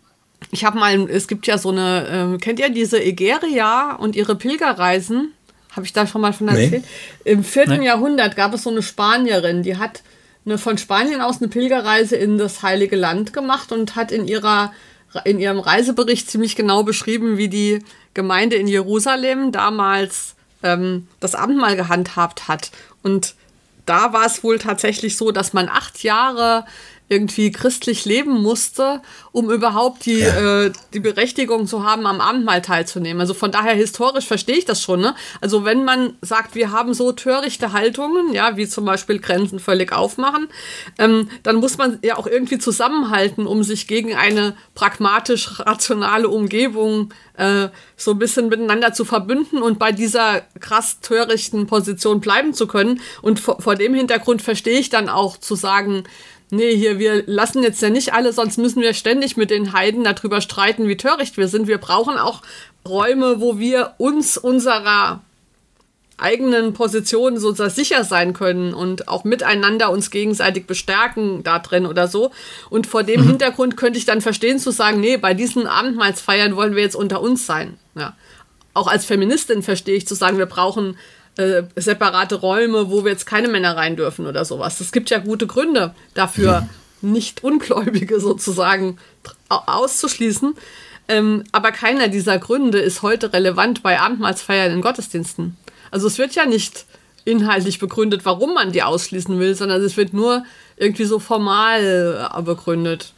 ich habe mal, es gibt ja so eine, äh, kennt ihr diese Egeria und ihre Pilgerreisen? Habe ich da schon mal von erzählt? Nee. Im vierten Nee. Jahrhundert gab es so eine Spanierin, die hat eine, von Spanien aus eine Pilgerreise in das Heilige Land gemacht und hat in ihrer in ihrem Reisebericht ziemlich genau beschrieben, wie die Gemeinde in Jerusalem damals ähm, das Abendmahl gehandhabt hat. Und da war es wohl tatsächlich so, dass man acht Jahre irgendwie christlich leben musste, um überhaupt die, ja. äh, die Berechtigung zu haben, am Abendmahl teilzunehmen. Also von daher historisch verstehe ich das schon. Ne? Also wenn man sagt, wir haben so törichte Haltungen, ja, wie zum Beispiel Grenzen völlig aufmachen, ähm, dann muss man ja auch irgendwie zusammenhalten, um sich gegen eine pragmatisch rationale Umgebung äh, so ein bisschen miteinander zu verbünden und bei dieser krass törichten Position bleiben zu können. Und vor, vor dem Hintergrund verstehe ich dann auch zu sagen, nee, hier, wir lassen jetzt ja nicht alle, sonst müssen wir ständig mit den Heiden darüber streiten, wie töricht wir sind. Wir brauchen auch Räume, wo wir uns unserer eigenen Position so sicher sein können und auch miteinander uns gegenseitig bestärken da drin oder so. Und vor dem mhm. Hintergrund könnte ich dann verstehen zu sagen, nee, bei diesen Abendmahlsfeiern wollen wir jetzt unter uns sein. Ja. Auch als Feministin verstehe ich zu sagen, wir brauchen Äh, separate Räume, wo wir jetzt keine Männer rein dürfen oder sowas. Es gibt ja gute Gründe dafür, mhm. nicht Ungläubige sozusagen auszuschließen. Ähm, aber keiner dieser Gründe ist heute relevant bei Abendmahlsfeiern in Gottesdiensten. Also es wird ja nicht inhaltlich begründet, warum man die ausschließen will, sondern es wird nur irgendwie so formal begründet.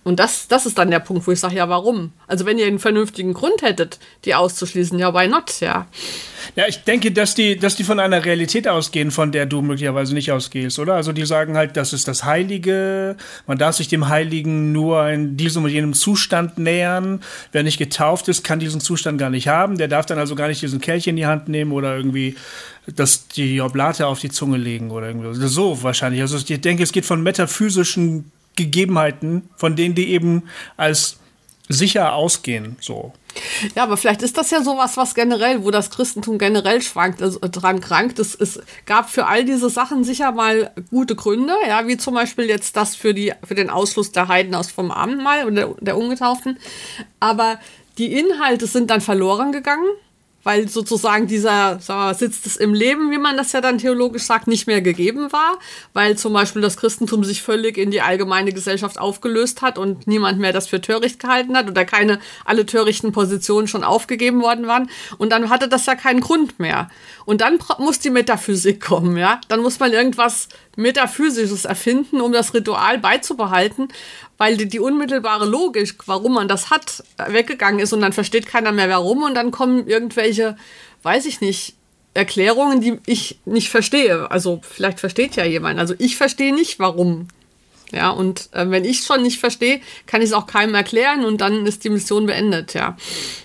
Und das, das ist dann der Punkt, wo ich sage, ja, warum? Also wenn ihr einen vernünftigen Grund hättet, die auszuschließen, ja, why not, ja. Ja, ich denke, dass die, dass die von einer Realität ausgehen, von der du möglicherweise nicht ausgehst, oder? Also die sagen halt, das ist das Heilige, man darf sich dem Heiligen nur in diesem und jenem Zustand nähern. Wer nicht getauft ist, kann diesen Zustand gar nicht haben. Der darf dann also gar nicht diesen Kelch in die Hand nehmen oder irgendwie das, die Oblate auf die Zunge legen oder irgendwie so wahrscheinlich. Also ich denke, es geht von metaphysischen Gegebenheiten, von denen die eben als sicher ausgehen, so. Ja, aber vielleicht ist das ja sowas, was generell, wo das Christentum generell schwankt, also dran krankt. Es, es gab für all diese Sachen sicher mal gute Gründe, ja, wie zum Beispiel jetzt das für die, für den Ausschluss der Heiden aus vom Abendmahl und der, der Ungetauften. Aber die Inhalte sind dann verloren gegangen, weil sozusagen dieser, sagen wir mal, Sitz des im Leben, wie man das ja dann theologisch sagt, nicht mehr gegeben war, weil zum Beispiel das Christentum sich völlig in die allgemeine Gesellschaft aufgelöst hat und niemand mehr das für töricht gehalten hat oder keine, alle törichten Positionen schon aufgegeben worden waren. Und dann hatte das ja keinen Grund mehr. Und dann muss die Metaphysik kommen, ja. Dann muss man irgendwas Metaphysisches erfinden, um das Ritual beizubehalten, weil die, die unmittelbare Logik, warum man das hat, weggegangen ist und dann versteht keiner mehr warum und dann kommen irgendwelche, weiß ich nicht, Erklärungen, die ich nicht verstehe. Also vielleicht versteht ja jemand. Also ich verstehe nicht, warum. Ja, und äh, wenn ich es schon nicht verstehe, kann ich es auch keinem erklären und dann ist die Mission beendet, ja.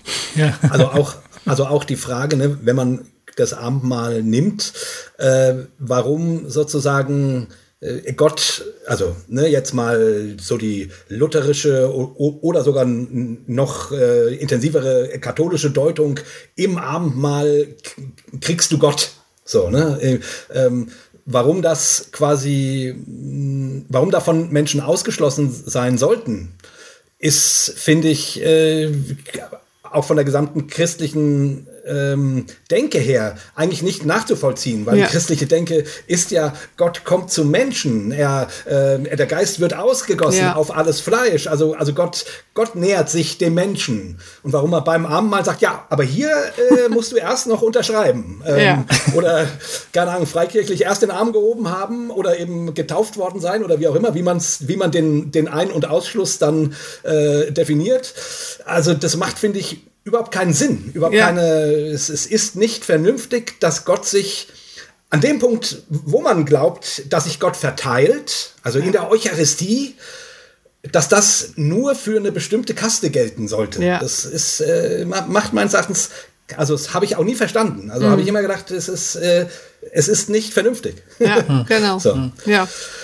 Ja. Also auch, also auch die Frage, ne, wenn man das Abendmahl nimmt, äh, warum sozusagen äh, Gott, also ne, jetzt mal so die lutherische o- oder sogar n- noch äh, intensivere katholische Deutung, im Abendmahl k- kriegst du Gott. So, ne? Äh, ähm, warum das quasi, mh, warum davon Menschen ausgeschlossen sein sollten, ist, finde ich, äh, auch von der gesamten christlichen ähm, Denke her eigentlich nicht nachzuvollziehen, weil ja. die christliche Denke ist ja, Gott kommt zum Menschen, er, äh, der Geist wird ausgegossen ja. auf alles Fleisch, also, also Gott, Gott nähert sich dem Menschen. Und warum er beim Abendmahl sagt, ja, aber hier äh, musst du erst noch unterschreiben. Ähm, ja. Oder, keine Ahnung, freikirchlich erst den Arm gehoben haben oder eben getauft worden sein oder wie auch immer, wie, man's, wie man den, den Ein- und Ausschluss dann äh, definiert. Also das macht, finde ich, überhaupt keinen Sinn. Überhaupt ja. keine, es, es ist nicht vernünftig, dass Gott sich an dem Punkt, wo man glaubt, dass sich Gott verteilt, also in der Eucharistie, dass das nur für eine bestimmte Kaste gelten sollte. Ja. Das ist, äh, macht meines Erachtens, also das habe ich auch nie verstanden. Also mhm. habe ich immer gedacht, es ist, äh, es ist nicht vernünftig. Ja, genau. So. Ja.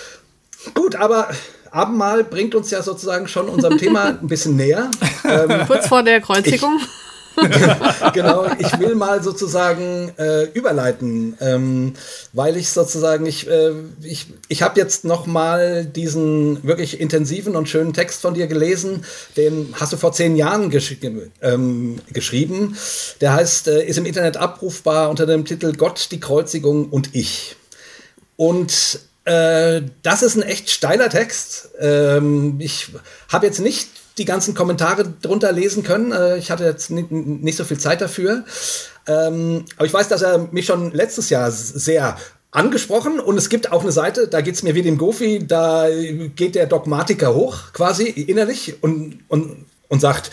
Gut, aber Abendmahl bringt uns ja sozusagen schon unserem Thema ein bisschen näher. Ähm, Kurz vor der Kreuzigung. Ich, genau, ich will mal sozusagen äh, überleiten, ähm, weil ich sozusagen, ich, äh, ich, ich habe jetzt noch mal diesen wirklich intensiven und schönen Text von dir gelesen, den hast du vor zehn Jahren gesch ähm, geschrieben. Der heißt, äh, ist im Internet abrufbar unter dem Titel Gott, die Kreuzigung und ich. Und äh, das ist ein echt steiler Text. Ähm, ich habe jetzt nicht die ganzen Kommentare drunter lesen können. Äh, ich hatte jetzt nicht, nicht so viel Zeit dafür. Ähm, aber ich weiß, dass er mich schon letztes Jahr sehr angesprochen und es gibt auch eine Seite, da geht es mir wie dem Gofi, da geht der Dogmatiker hoch quasi innerlich und, und, und sagt,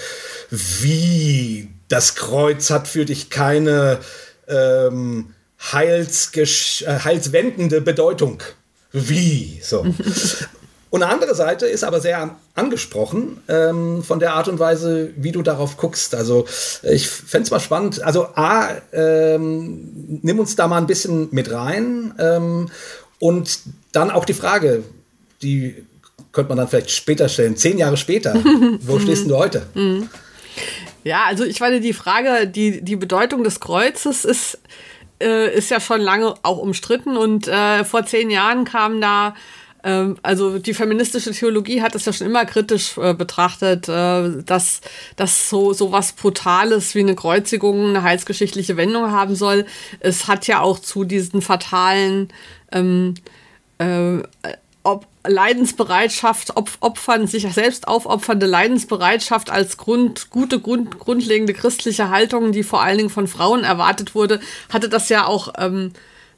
wie, das Kreuz hat für dich keine ähm, heilsgesch- äh, heilswendende Bedeutung. Wie? So. Und eine andere Seite ist aber sehr angesprochen ähm, von der Art und Weise, wie du darauf guckst. Also ich fände es mal spannend. Also A, ähm, nimm uns da mal ein bisschen mit rein. Ähm, und dann auch die Frage, die könnte man dann vielleicht später stellen, zehn Jahre später. Wo stehst denn du heute? Ja, also ich meine, die Frage, die, die Bedeutung des Kreuzes ist, äh, ist ja schon lange auch umstritten. Und äh, vor zehn Jahren kam da also die feministische Theologie hat es ja schon immer kritisch äh, betrachtet, äh, dass, dass so, so was Brutales wie eine Kreuzigung eine heilsgeschichtliche Wendung haben soll. Es hat ja auch zu diesen fatalen ähm, äh, ob Leidensbereitschaft, op Opfern, sich selbst aufopfernde Leidensbereitschaft als Grund, gute, Grund, grundlegende christliche Haltung, die vor allen Dingen von Frauen erwartet wurde, hatte das ja auch ähm,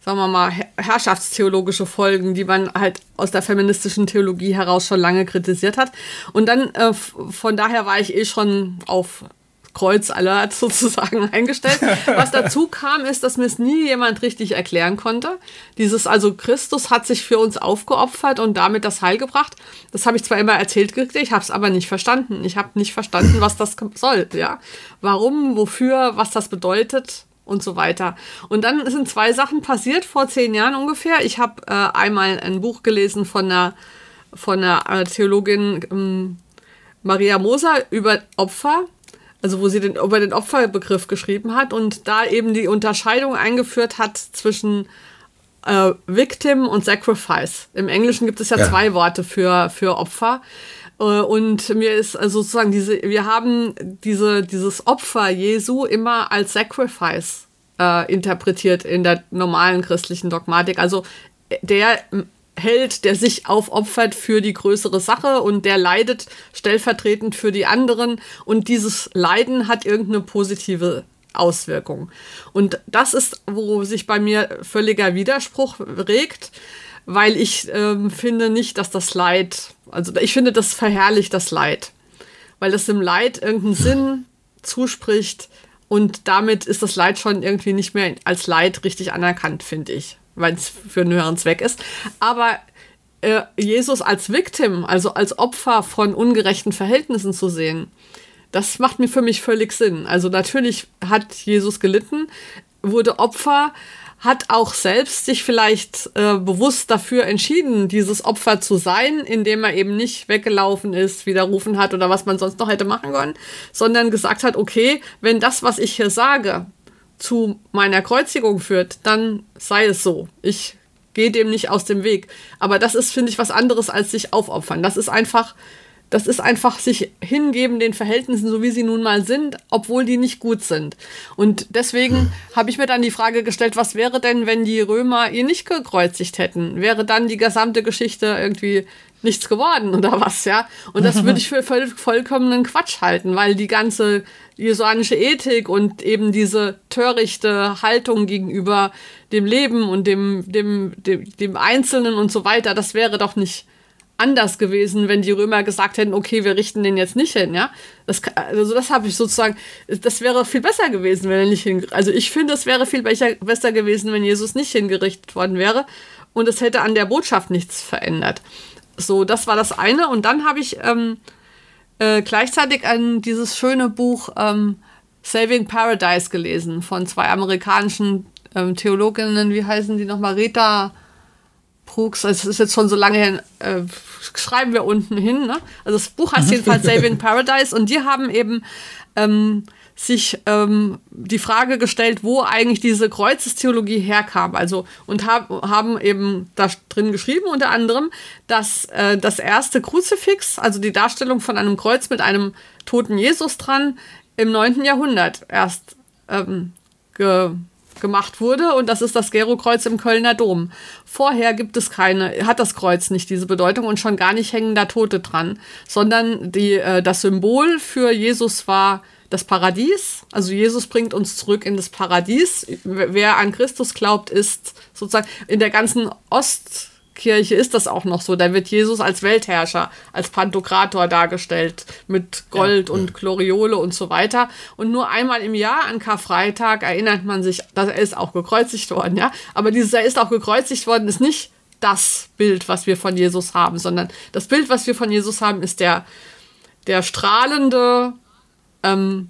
sagen wir mal, herrschaftstheologische Folgen, die man halt aus der feministischen Theologie heraus schon lange kritisiert hat. Und dann, äh, von daher war ich eh schon auf Kreuzalert sozusagen eingestellt. Was dazu kam, ist, dass mir es nie jemand richtig erklären konnte. Dieses, also Christus hat sich für uns aufgeopfert und damit das Heil gebracht. Das habe ich zwar immer erzählt gekriegt, ich habe es aber nicht verstanden. Ich habe nicht verstanden, was das soll, ja. Warum, wofür, was das bedeutet und so weiter. Und dann sind zwei Sachen passiert vor zehn Jahren ungefähr. Ich habe äh, einmal ein Buch gelesen von einer, von einer äh, Theologin ähm, Maria Moser über Opfer, also wo sie den, über den Opferbegriff geschrieben hat und da eben die Unterscheidung eingeführt hat zwischen äh, Victim und Sacrifice. Im Englischen gibt es ja, ja. zwei Worte für, für Opfer. Äh, und mir ist also sozusagen diese, wir haben diese, dieses Opfer Jesu immer als Sacrifice äh, interpretiert in der normalen christlichen Dogmatik. Also der Held, der sich aufopfert für die größere Sache und der leidet stellvertretend für die anderen und dieses Leiden hat irgendeine positive Auswirkung. Und das ist, wo sich bei mir völliger Widerspruch regt, weil ich ähm, finde nicht, dass das Leid, also ich finde, das verherrlicht das Leid, weil das dem Leid irgendeinen Sinn zuspricht und damit ist das Leid schon irgendwie nicht mehr als Leid richtig anerkannt, finde ich, weil es für einen höheren Zweck ist. Aber äh, Jesus als Victim, also als Opfer von ungerechten Verhältnissen zu sehen, das macht mir für mich völlig Sinn. Also natürlich hat Jesus gelitten, wurde Opfer, hat auch selbst sich vielleicht äh, bewusst dafür entschieden, dieses Opfer zu sein, indem er eben nicht weggelaufen ist, widerrufen hat oder was man sonst noch hätte machen können, sondern gesagt hat, okay, wenn das, was ich hier sage, zu meiner Kreuzigung führt, dann sei es so. Ich gehe dem nicht aus dem Weg. Aber das ist, finde ich, was anderes als sich aufopfern. Das ist einfach, das ist einfach sich hingeben den Verhältnissen, so wie sie nun mal sind, obwohl die nicht gut sind. Und deswegen habe ich mir dann die Frage gestellt, was wäre denn, wenn die Römer ihn nicht gekreuzigt hätten? Wäre dann die gesamte Geschichte irgendwie nichts geworden oder was, ja? Und das würde ich für voll, vollkommenen Quatsch halten, weil die ganze jesuanische Ethik und eben diese törichte Haltung gegenüber dem Leben und dem, dem, dem, dem Einzelnen und so weiter, das wäre doch nicht anders gewesen, wenn die Römer gesagt hätten, okay, wir richten den jetzt nicht hin, ja. Das, also das habe ich sozusagen, das wäre viel besser gewesen, wenn er nicht hin, also ich finde, es wäre viel besser, besser gewesen, wenn Jesus nicht hingerichtet worden wäre und es hätte an der Botschaft nichts verändert. So, das war das eine. Und dann habe ich ähm, äh, gleichzeitig ein, dieses schöne Buch ähm, Saving Paradise gelesen von zwei amerikanischen ähm, Theologinnen. Wie heißen die nochmal? Rita Brooks. Es ist jetzt schon so lange her. Äh, schreiben wir unten hin. Ne? Also das Buch heißt jedenfalls Saving Paradise. Und die haben eben ähm, sich ähm, die Frage gestellt, wo eigentlich diese Kreuzestheologie herkam. Also und hab, haben eben da drin geschrieben, unter anderem, dass äh, das erste Kruzifix, also die Darstellung von einem Kreuz mit einem toten Jesus dran, im neunten Jahrhundert erst ähm, ge, gemacht wurde. Und das ist das Gero-Kreuz im Kölner Dom. Vorher gibt es keine, hat das Kreuz nicht diese Bedeutung und schon gar nicht hängen da Tote dran, sondern die, äh, das Symbol für Jesus war das Paradies, also Jesus bringt uns zurück in das Paradies. Wer an Christus glaubt, ist sozusagen, in der ganzen Ostkirche ist das auch noch so. Da wird Jesus als Weltherrscher, als Pantokrator dargestellt, mit Gold ja. und Gloriole und so weiter. Und nur einmal im Jahr an Karfreitag erinnert man sich, dass er ist auch gekreuzigt worden. Ja? Aber dieses Er ist auch gekreuzigt worden ist nicht das Bild, was wir von Jesus haben, sondern das Bild, was wir von Jesus haben, ist der, der strahlende, Ähm,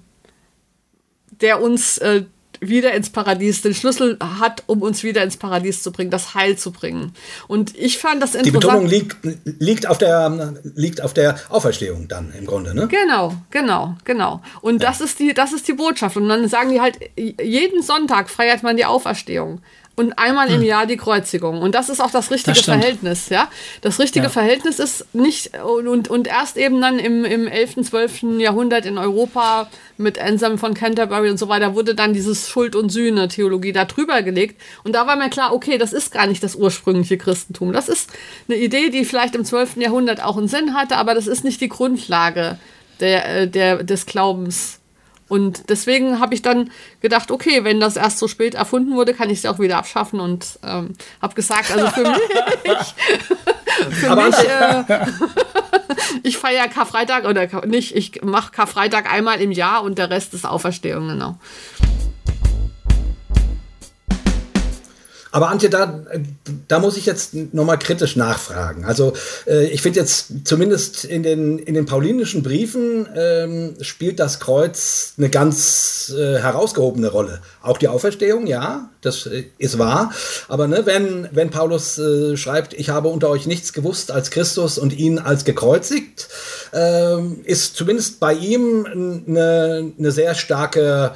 der uns äh, wieder ins Paradies, den Schlüssel hat, um uns wieder ins Paradies zu bringen, das Heil zu bringen. Und ich fand das interessant. Die Betonung liegt, liegt, auf der, liegt auf der Auferstehung dann im Grunde, ne? Genau, genau, genau. Und ja. das ist die, das ist die Botschaft. Und dann sagen die halt, jeden Sonntag feiert man die Auferstehung. Und einmal im Jahr die Kreuzigung. Und das ist auch das richtige das Verhältnis, ja. Das richtige ja. Verhältnis ist nicht, und, und erst eben dann im, im elften, zwölften Jahrhundert in Europa mit Anselm von Canterbury und so weiter wurde dann dieses Schuld- und Sühne-Theologie da drüber gelegt. Und da war mir klar, okay, das ist gar nicht das ursprüngliche Christentum. Das ist eine Idee, die vielleicht im zwölften Jahrhundert auch einen Sinn hatte, aber das ist nicht die Grundlage der, der, des Glaubens Und deswegen habe ich dann gedacht, okay, wenn das erst so spät erfunden wurde, kann ich es auch wieder abschaffen und ähm, habe gesagt, also für mich, für Aber mich, äh, ich feiere Karfreitag oder nicht, ich mache Karfreitag einmal im Jahr und der Rest ist Auferstehung, genau. Aber Antje, da, da muss ich jetzt nochmal kritisch nachfragen. Also äh, ich finde jetzt zumindest in den, in den paulinischen Briefen ähm, spielt das Kreuz eine ganz äh, herausgehobene Rolle. Auch die Auferstehung, ja, das äh, ist wahr. Aber ne, wenn, wenn Paulus äh, schreibt, ich habe unter euch nichts gewusst als Christus und ihn als gekreuzigt, äh, ist zumindest bei ihm eine, eine sehr starke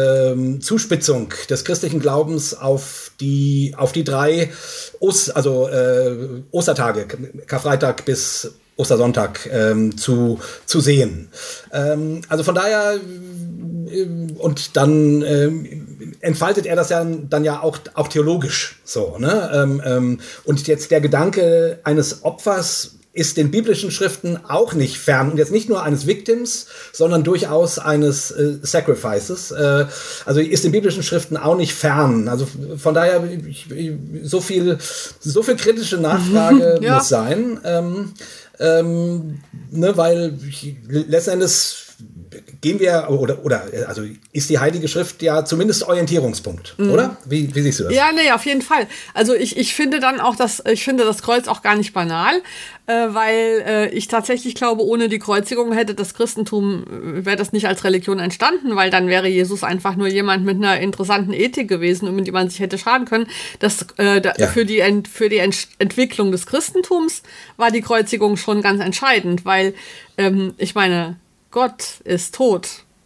äh, Zuspitzung des christlichen Glaubens auf die auf die drei Ost, also äh, Ostertage, Karfreitag bis Ostersonntag ähm, zu, zu sehen. Ähm, also von daher äh, und dann äh, entfaltet er das ja dann ja auch, auch theologisch so, ne? Ähm, ähm, und jetzt der Gedanke eines Opfers ist den biblischen Schriften auch nicht fern. Und jetzt nicht nur eines Victims, sondern durchaus eines äh, Sacrifices. Äh, also ist den biblischen Schriften auch nicht fern. Also von daher, ich, ich, so viel, so viel kritische Nachfrage ja. muss sein. Ähm, ähm, ne, weil ich, letzten Endes gehen wir, oder, oder, also ist die Heilige Schrift ja zumindest Orientierungspunkt, mhm. oder? Wie, wie siehst du das? Ja, nee, auf jeden Fall. Also ich, ich finde dann auch, dass, ich finde das Kreuz auch gar nicht banal, äh, weil äh, ich tatsächlich glaube, ohne die Kreuzigung hätte das Christentum, äh, wäre das nicht als Religion entstanden, weil dann wäre Jesus einfach nur jemand mit einer interessanten Ethik gewesen, mit dem man sich hätte schaden können. Das, äh, da, ja. für die, Ent, für die Ent- Entwicklung des Christentums war die Kreuzigung schon ganz entscheidend, weil, ähm, ich meine, Gott ist tot.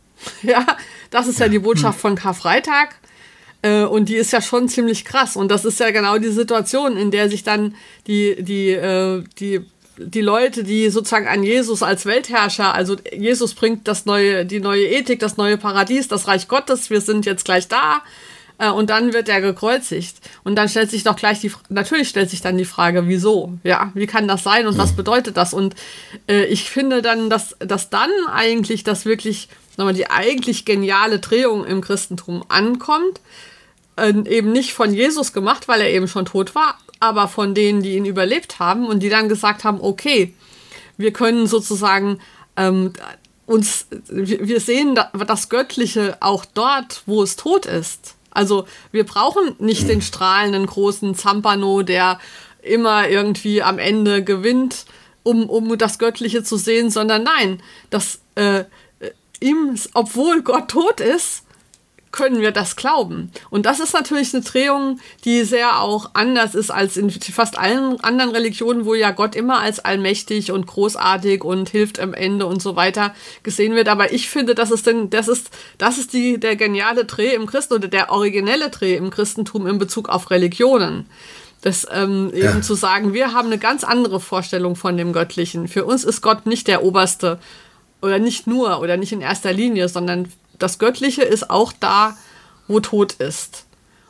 Ja, das ist ja die Botschaft von Karfreitag. Äh, und die ist ja schon ziemlich krass. Und das ist ja genau die Situation, in der sich dann die, die, äh, die, die Leute, die sozusagen an Jesus als Weltherrscher, also Jesus bringt das neue, die neue Ethik, das neue Paradies, das Reich Gottes, wir sind jetzt gleich da. Und dann wird er gekreuzigt. Und dann stellt sich doch gleich die, natürlich stellt sich dann die Frage, wieso? Ja, wie kann das sein und was bedeutet das? Und äh, ich finde dann, dass, dass dann eigentlich das wirklich, sagen wir, die eigentlich geniale Drehung im Christentum ankommt. Äh, eben nicht von Jesus gemacht, weil er eben schon tot war, aber von denen, die ihn überlebt haben und die dann gesagt haben, okay, wir können sozusagen ähm, uns, wir sehen das Göttliche auch dort, wo es tot ist. Also wir brauchen nicht den strahlenden großen Zampano, der immer irgendwie am Ende gewinnt, um, um das Göttliche zu sehen, sondern nein, das, äh, ihm, obwohl Gott tot ist, können wir das glauben. Und das ist natürlich eine Drehung, die sehr auch anders ist als in fast allen anderen Religionen, wo ja Gott immer als allmächtig und großartig und hilft am Ende und so weiter gesehen wird. Aber ich finde, das ist denn, das ist, das ist die, der geniale Dreh im Christentum oder der originelle Dreh im Christentum in Bezug auf Religionen. Das ähm, eben ja. zu sagen, wir haben eine ganz andere Vorstellung von dem Göttlichen. Für uns ist Gott nicht der Oberste oder nicht nur oder nicht in erster Linie, sondern das Göttliche ist auch da, wo Tod ist.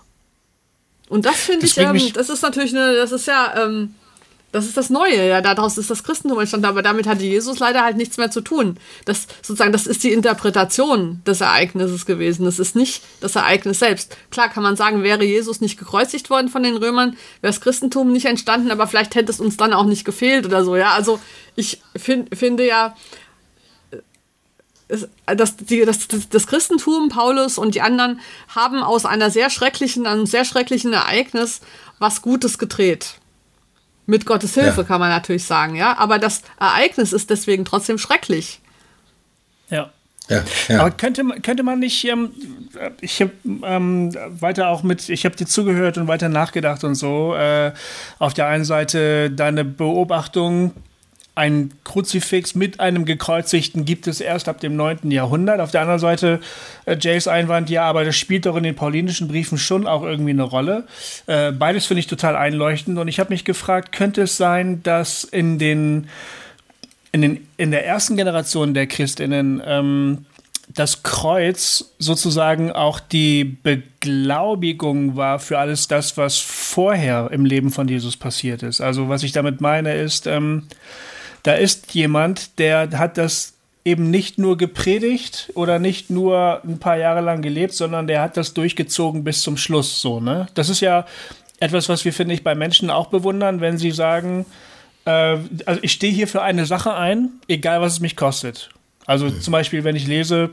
Und das finde ich, ähm, das ist natürlich eine, das ist ja, ähm, das ist das Neue, ja, daraus ist das Christentum entstanden, aber damit hatte Jesus leider halt nichts mehr zu tun. Das sozusagen, das ist die Interpretation des Ereignisses gewesen. Das ist nicht das Ereignis selbst. Klar kann man sagen, wäre Jesus nicht gekreuzigt worden von den Römern, wäre das Christentum nicht entstanden, aber vielleicht hätte es uns dann auch nicht gefehlt oder so, ja. Also ich find, finde ja, Das, die, das, das Christentum, Paulus und die anderen haben aus einer sehr schrecklichen, einem sehr schrecklichen Ereignis was Gutes gedreht. Mit Gottes Hilfe, ja. kann man natürlich sagen, ja. Aber das Ereignis ist deswegen trotzdem schrecklich. Ja. Ja, ja. Aber könnte, könnte man nicht, ähm, ich habe ähm, weiter auch mit, ich habe dir zugehört und weiter nachgedacht und so. Äh, auf der einen Seite deine Beobachtung, ein Kruzifix mit einem Gekreuzigten gibt es erst ab dem neunten Jahrhundert. Auf der anderen Seite äh, Jays Einwand, ja, aber das spielt doch in den paulinischen Briefen schon auch irgendwie eine Rolle. Äh, beides finde ich total einleuchtend. Und ich habe mich gefragt, könnte es sein, dass in den, in den in der ersten Generation der Christinnen ähm, das Kreuz sozusagen auch die Beglaubigung war für alles das, was vorher im Leben von Jesus passiert ist. Also was ich damit meine ist, ähm, da ist jemand, der hat das eben nicht nur gepredigt oder nicht nur ein paar Jahre lang gelebt, sondern der hat das durchgezogen bis zum Schluss, so, ne? Das ist ja etwas, was wir, finde ich, bei Menschen auch bewundern, wenn sie sagen, äh, also ich stehe hier für eine Sache ein, egal was es mich kostet. Also mhm. zum Beispiel, wenn ich lese,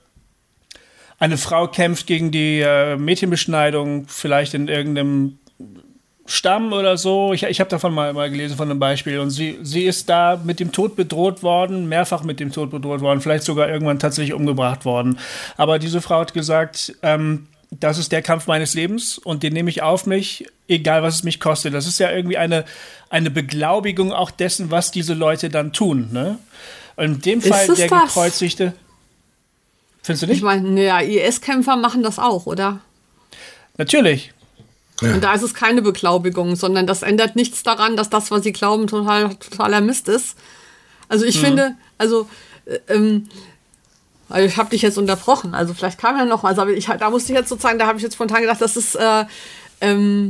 eine Frau kämpft gegen die äh, Mädchenbeschneidung, vielleicht in irgendeinem Stamm oder so. Ich, ich habe davon mal, mal gelesen von einem Beispiel. Und sie, sie ist da mit dem Tod bedroht worden, mehrfach mit dem Tod bedroht worden, vielleicht sogar irgendwann tatsächlich umgebracht worden. Aber diese Frau hat gesagt, ähm, das ist der Kampf meines Lebens und den nehme ich auf mich, egal was es mich kostet. Das ist ja irgendwie eine, eine Beglaubigung auch dessen, was diese Leute dann tun. Ne? In dem Fall der das? Gekreuzigte. Findest du nicht? Ich meine, ja, I S-Kämpfer machen das auch, oder? Natürlich. Ja. Und da ist es keine Beglaubigung, sondern das ändert nichts daran, dass das, was sie glauben, total, totaler Mist ist. Also ich mhm. finde, also ähm, ich habe dich jetzt unterbrochen, also vielleicht kam ja noch was, aber ich, da musste ich jetzt sozusagen, da habe ich jetzt spontan gedacht, das ist, äh, ähm,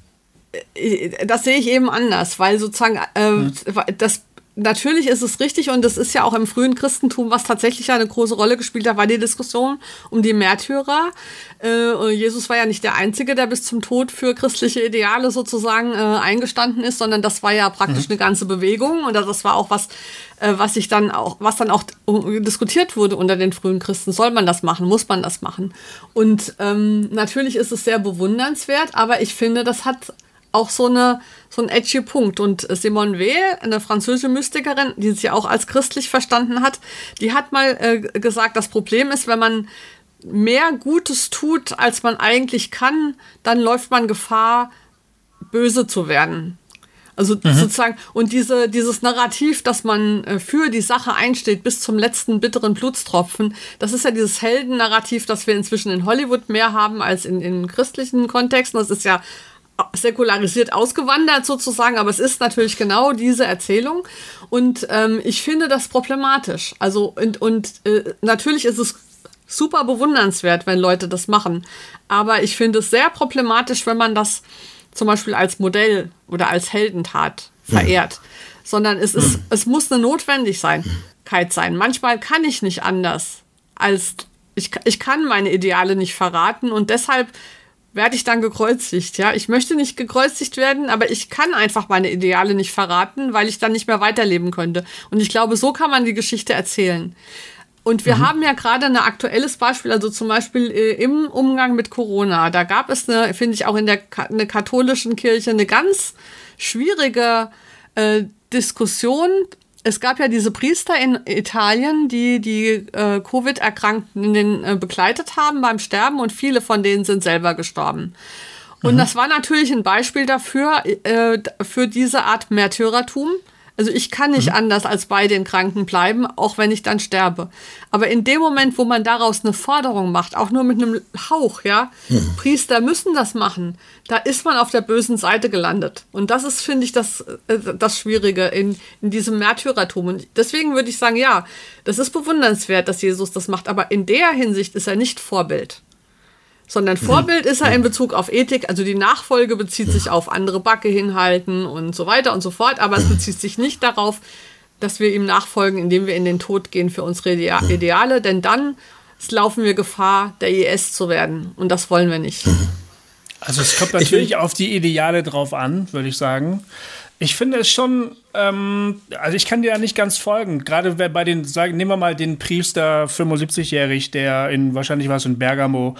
das sehe ich eben anders, weil sozusagen äh, mhm. das natürlich ist es richtig und das ist ja auch im frühen Christentum, was tatsächlich eine große Rolle gespielt hat, war die Diskussion um die Märtyrer. Äh, Jesus war ja nicht der Einzige, der bis zum Tod für christliche Ideale sozusagen äh, eingestanden ist, sondern das war ja praktisch mhm. eine ganze Bewegung und das war auch was, äh, was sich dann auch, was dann auch diskutiert wurde unter den frühen Christen. Soll man das machen? Muss man das machen? Und ähm, natürlich ist es sehr bewundernswert, aber ich finde, das hat auch so eine so ein edgy Punkt. Und Simone Weil, eine französische Mystikerin, die sich ja auch als christlich verstanden hat, die hat mal äh, gesagt, das Problem ist, wenn man mehr Gutes tut, als man eigentlich kann, dann läuft man Gefahr, böse zu werden. Also mhm. sozusagen, und diese, dieses Narrativ, dass man äh, für die Sache einsteht bis zum letzten bitteren Blutstropfen, das ist ja dieses Heldennarrativ, das wir inzwischen in Hollywood mehr haben als in, in christlichen Kontexten. Das ist ja säkularisiert ausgewandert sozusagen, aber es ist natürlich genau diese Erzählung und ähm, ich finde das problematisch. Also und, und äh, natürlich ist es super bewundernswert, wenn Leute das machen, aber ich finde es sehr problematisch, wenn man das zum Beispiel als Modell oder als Heldentat verehrt, mhm. sondern es ist, mhm. es muss eine Notwendigkeit sein. Manchmal kann ich nicht anders als ich, ich kann meine Ideale nicht verraten und deshalb werde ich dann gekreuzigt, ja. Ich möchte nicht gekreuzigt werden, aber ich kann einfach meine Ideale nicht verraten, weil ich dann nicht mehr weiterleben könnte. Und ich glaube, so kann man die Geschichte erzählen. Und wir mhm. haben ja gerade ein aktuelles Beispiel, also zum Beispiel äh, im Umgang mit Corona. Da gab es, eine, finde ich, auch in der Ka- eine katholischen Kirche eine ganz schwierige äh, Diskussion. Es gab ja diese Priester in Italien, die die äh, Covid-Erkrankten äh, begleitet haben beim Sterben und viele von denen sind selber gestorben. Und mhm. das war natürlich ein Beispiel dafür, äh, für diese Art Märtyrertum. Also ich kann nicht mhm. anders als bei den Kranken bleiben, auch wenn ich dann sterbe. Aber in dem Moment, wo man daraus eine Forderung macht, auch nur mit einem Hauch, ja, mhm. Priester müssen das machen, da ist man auf der bösen Seite gelandet. Und das ist, finde ich, das, das Schwierige in, in diesem Märtyrertum. Und deswegen würde ich sagen, ja, das ist bewundernswert, dass Jesus das macht. Aber in der Hinsicht ist er nicht Vorbild. Sondern Vorbild ist er in Bezug auf Ethik, also die Nachfolge bezieht sich auf andere Backe hinhalten und so weiter und so fort, aber es bezieht sich nicht darauf, dass wir ihm nachfolgen, indem wir in den Tod gehen für unsere Ideale, denn dann laufen wir Gefahr, der I S zu werden und das wollen wir nicht. Also es kommt natürlich auf die Ideale drauf an, würde ich sagen. Ich finde es schon, ähm, also ich kann dir da nicht ganz folgen. Gerade bei den, sagen, nehmen wir mal den Priester fünfundsiebzigjährig, der in, wahrscheinlich war es in Bergamo,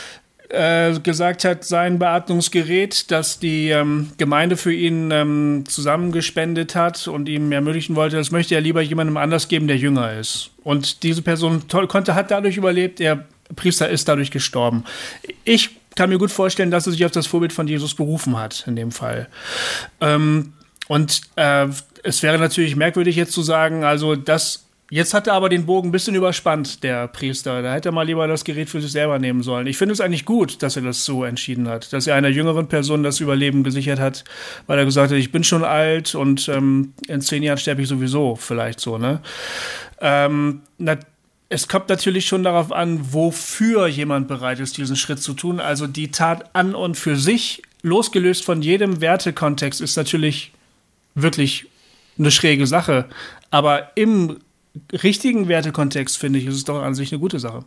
äh, gesagt hat, sein Beatmungsgerät, das die ähm, Gemeinde für ihn ähm, zusammengespendet hat und ihm ermöglichen wollte, das möchte er lieber jemandem anders geben, der jünger ist. Und diese Person toll, konnte, hat dadurch überlebt, der Priester ist dadurch gestorben. Ich kann mir gut vorstellen, dass er sich auf das Vorbild von Jesus berufen hat, in dem Fall. Ähm, und äh, es wäre natürlich merkwürdig jetzt zu sagen, also das, jetzt hat er aber den Bogen ein bisschen überspannt, der Priester. Da hätte er mal lieber das Gerät für sich selber nehmen sollen. Ich finde es eigentlich gut, dass er das so entschieden hat, dass er einer jüngeren Person das Überleben gesichert hat, weil er gesagt hat, ich bin schon alt und ähm, in zehn Jahren sterbe ich sowieso, vielleicht so, ne? Ähm, na, es kommt natürlich schon darauf an, wofür jemand bereit ist, diesen Schritt zu tun. Also die Tat an und für sich, losgelöst von jedem Wertekontext, ist natürlich wirklich eine schräge Sache. Aber im richtigen Wertekontext, finde ich, ist es doch an sich eine gute Sache.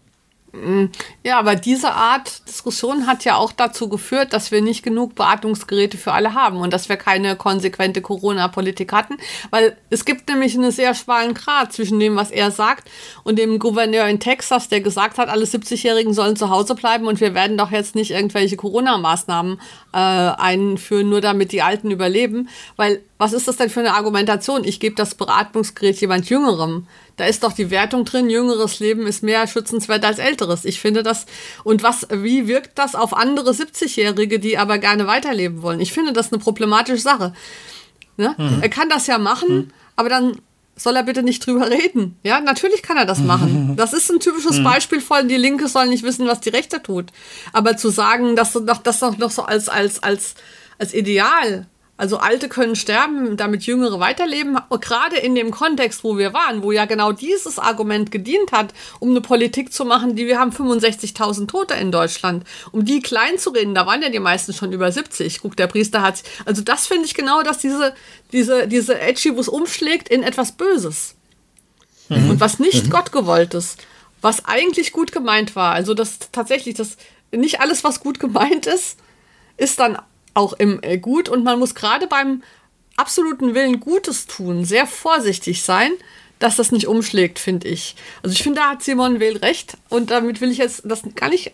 Ja, aber diese Art Diskussion hat ja auch dazu geführt, dass wir nicht genug Beatmungsgeräte für alle haben und dass wir keine konsequente Corona-Politik hatten, weil es gibt nämlich einen sehr schmalen Grat zwischen dem, was er sagt und dem Gouverneur in Texas, der gesagt hat, alle siebzigjährigen sollen zu Hause bleiben und wir werden doch jetzt nicht irgendwelche Corona-Maßnahmen äh, einführen, nur damit die Alten überleben, weil was ist das denn für eine Argumentation? Ich gebe das Beatmungsgerät jemand Jüngerem. Da ist doch die Wertung drin, jüngeres Leben ist mehr schützenswert als älteres. Ich finde das, und was, wie wirkt das auf andere siebzigjährige, die aber gerne weiterleben wollen? Ich finde das eine problematische Sache. Ne? Mhm. Er kann das ja machen, mhm. aber dann soll er bitte nicht drüber reden. Ja, natürlich kann er das machen. Das ist ein typisches mhm. Beispiel von, die Linke soll nicht wissen, was die Rechte tut. Aber zu sagen, dass das doch noch so als, als, als, als Ideal, also Alte können sterben, damit Jüngere weiterleben, gerade in dem Kontext, wo wir waren, wo ja genau dieses Argument gedient hat, um eine Politik zu machen, die wir haben fünfundsechzigtausend Tote in Deutschland, um die klein zu reden, da waren ja die meisten schon über siebzig. Guck, der Priester hat, also das finde ich genau, dass diese, diese, diese Edgibus umschlägt in etwas Böses. Mhm. Und was nicht mhm. Gott gewollt ist, was eigentlich gut gemeint war, also das tatsächlich, das nicht alles, was gut gemeint ist, ist dann auch im äh, Gut, und man muss gerade beim absoluten Willen Gutes tun sehr vorsichtig sein, dass das nicht umschlägt, finde ich. Also ich finde, da hat Simon Weil recht, und damit will ich jetzt das gar nicht,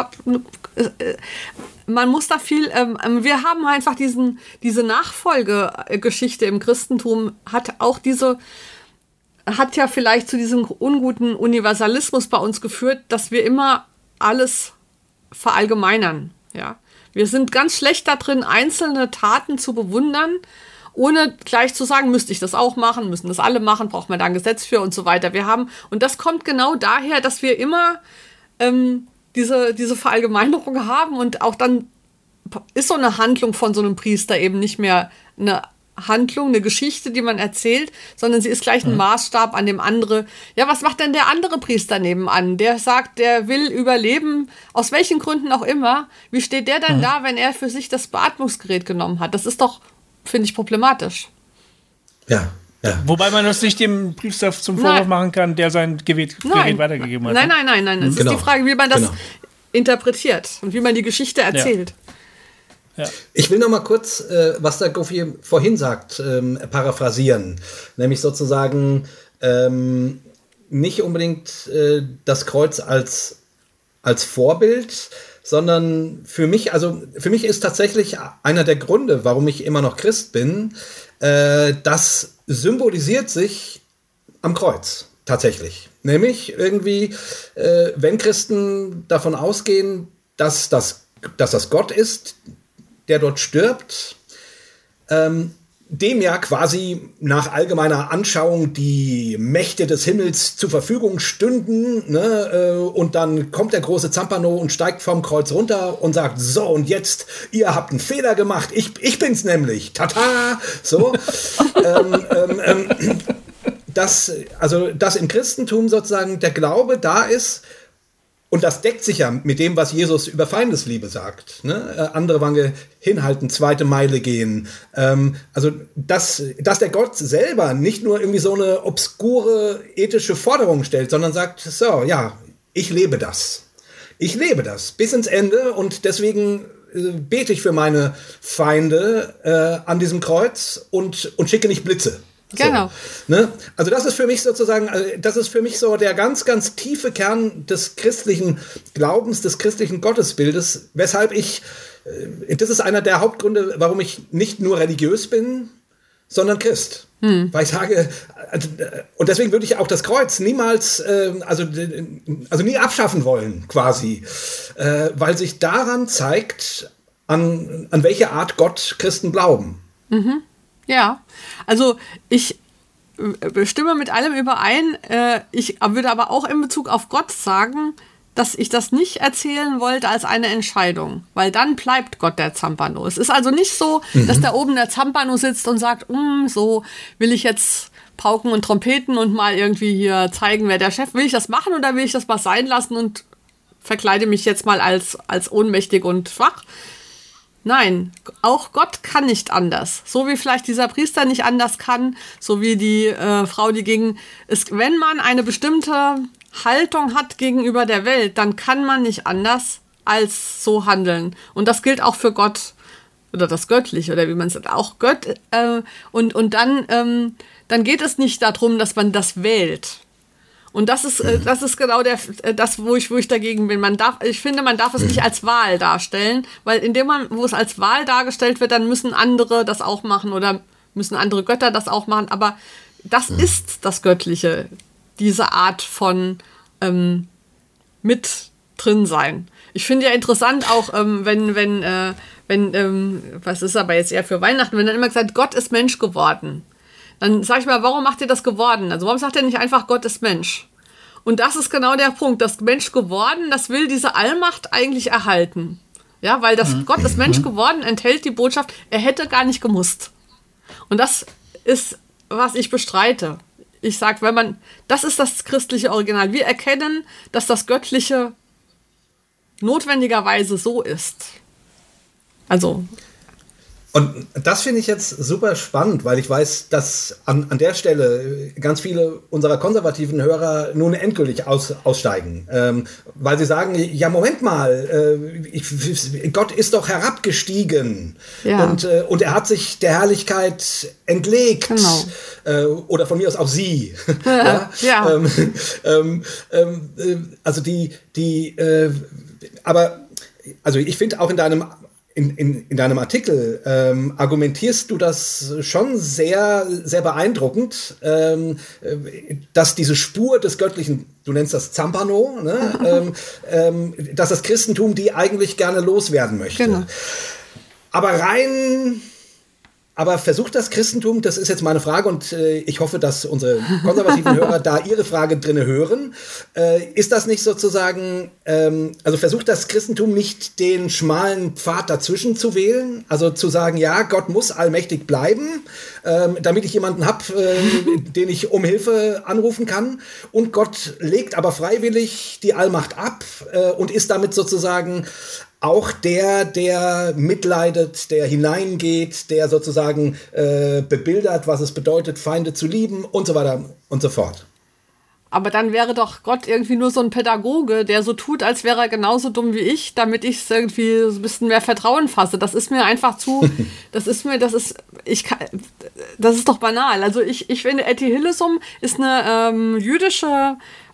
äh, äh, man muss da viel, ähm, wir haben einfach diesen, diese Nachfolgegeschichte im Christentum hat auch diese, hat ja vielleicht zu diesem unguten Universalismus bei uns geführt, dass wir immer alles verallgemeinern, ja. Wir sind ganz schlecht da drin, einzelne Taten zu bewundern, ohne gleich zu sagen, müsste ich das auch machen, müssen das alle machen, braucht man da ein Gesetz für und so weiter. Wir haben, und das kommt genau daher, dass wir immer ähm, diese, diese Verallgemeinerung haben, und auch dann ist so eine Handlung von so einem Priester eben nicht mehr eine Handlung, eine Geschichte, die man erzählt, sondern sie ist gleich ein Maßstab an dem andere. Ja, was macht denn der andere Priester nebenan? Der sagt, der will überleben, aus welchen Gründen auch immer. Wie steht der denn mhm. da, wenn er für sich das Beatmungsgerät genommen hat? Das ist doch, finde ich, problematisch. Ja, ja. Wobei man das nicht dem Priester zum Vorwurf nein. machen kann, der sein Gerät, Gerät weitergegeben hat. Nein, nein, nein, nein. Es genau. ist die Frage, wie man das genau. interpretiert und wie man die Geschichte erzählt. Ja. Ja. Ich will noch mal kurz, äh, was der Gofi vorhin sagt, ähm, paraphrasieren. Nämlich sozusagen ähm, nicht unbedingt äh, das Kreuz als, als Vorbild, sondern für mich, also für mich ist tatsächlich einer der Gründe, warum ich immer noch Christ bin, äh, das symbolisiert sich am Kreuz tatsächlich. Nämlich irgendwie, äh, wenn Christen davon ausgehen, dass das, dass das Gott ist, der dort stirbt, ähm, dem ja quasi nach allgemeiner Anschauung die Mächte des Himmels zur Verfügung stünden, ne, äh, und dann kommt der große Zampano und steigt vom Kreuz runter und sagt, so, und jetzt, ihr habt einen Fehler gemacht, ich, ich bin's nämlich, tata, so, ähm, ähm, ähm, dass, also, dass im Christentum sozusagen der Glaube da ist. Und das deckt sich ja mit dem, was Jesus über Feindesliebe sagt. Ne? Äh, andere Wange hinhalten, zweite Meile gehen. Ähm, also, dass, dass der Gott selber nicht nur irgendwie so eine obskure ethische Forderung stellt, sondern sagt, so, ja, ich lebe das. Ich lebe das bis ins Ende, und deswegen äh, bete ich für meine Feinde äh, an diesem Kreuz und, und schicke nicht Blitze. Genau. So, ne? Also das ist für mich sozusagen, das ist für mich so der ganz, ganz tiefe Kern des christlichen Glaubens, des christlichen Gottesbildes, weshalb ich, das ist einer der Hauptgründe, warum ich nicht nur religiös bin, sondern Christ. Hm. Weil ich sage, und deswegen würde ich auch das Kreuz niemals, also, also nie abschaffen wollen, quasi, weil sich daran zeigt, an, an welche Art Gott Christen glauben. Mhm. Ja, also ich stimme mit allem überein. Ich würde aber auch in Bezug auf Gott sagen, dass ich das nicht erzählen wollte als eine Entscheidung, weil dann bleibt Gott der Zampano. Es ist also nicht so, mhm. dass da oben der Zampano sitzt und sagt, so will ich jetzt Pauken und Trompeten und mal irgendwie hier zeigen, wer der Chef, will ich das machen oder will ich das mal sein lassen und verkleide mich jetzt mal als, als ohnmächtig und schwach. Nein, auch Gott kann nicht anders. So wie vielleicht dieser Priester nicht anders kann, so wie die äh, Frau, die gegen ist. Wenn man eine bestimmte Haltung hat gegenüber der Welt, dann kann man nicht anders als so handeln. Und das gilt auch für Gott oder das Göttliche oder wie man es sagt, auch Gott. Äh, und und dann, ähm, dann geht es nicht darum, dass man das wählt. Und das ist, äh, das ist genau der, äh, das, wo ich, wo ich dagegen bin. Man darf, ich finde, man darf es nicht als Wahl darstellen, weil in dem Moment, wo es als Wahl dargestellt wird, dann müssen andere das auch machen oder müssen andere Götter das auch machen. Aber das mhm. ist das Göttliche, diese Art von ähm, mit drin sein. Ich finde ja interessant auch, ähm, wenn, wenn, äh, wenn, ähm, was ist aber jetzt eher für Weihnachten, wenn dann immer gesagt, Gott ist Mensch geworden. Dann sag ich mal, warum macht ihr das geworden? Also warum sagt ihr nicht einfach, Gott ist Mensch? Und das ist genau der Punkt. Das Mensch geworden, das will diese Allmacht eigentlich erhalten. Ja, weil das mhm. Gott ist Mensch geworden enthält die Botschaft, er hätte gar nicht gemusst. Und das ist, was ich bestreite. Ich sage, wenn man, das ist das christliche Original. Wir erkennen, dass das Göttliche notwendigerweise so ist. Also... Und das finde ich jetzt super spannend, weil ich weiß, dass an, an der Stelle ganz viele unserer konservativen Hörer nun endgültig aus, aussteigen, ähm, weil sie sagen, ja Moment mal, äh, ich, Gott ist doch herabgestiegen ja. und, äh, und er hat sich der Herrlichkeit entlegt genau. äh, oder von mir aus auch sie. ja? ja. Ähm, ähm, ähm, äh, also die, die, äh, aber also ich finde auch in deinem In, in, in deinem Artikel ähm, argumentierst du das schon sehr, sehr beeindruckend, ähm, dass diese Spur des Göttlichen, du nennst das Zampano, ne, ähm, ähm, dass das Christentum die eigentlich gerne loswerden möchte. Genau. Aber rein... Aber versucht das Christentum, das ist jetzt meine Frage und äh, ich hoffe, dass unsere konservativen Hörer da ihre Frage drinne hören. Äh, ist das nicht sozusagen, ähm, also versucht das Christentum nicht den schmalen Pfad dazwischen zu wählen? Also zu sagen, ja, Gott muss allmächtig bleiben, ähm, damit ich jemanden habe, äh, den ich um Hilfe anrufen kann. Und Gott legt aber freiwillig die Allmacht ab äh, und ist damit sozusagen auch der, der mitleidet, der hineingeht, der sozusagen äh, bebildert, was es bedeutet, Feinde zu lieben und so weiter und so fort. Aber dann wäre doch Gott irgendwie nur so ein Pädagoge, der so tut, als wäre er genauso dumm wie ich, damit ich es irgendwie so ein bisschen mehr Vertrauen fasse. Das ist mir einfach zu, das ist mir, das ist, ich kann, das ist doch banal. Also ich, ich finde, Etty Hillesum ist eine ähm, jüdische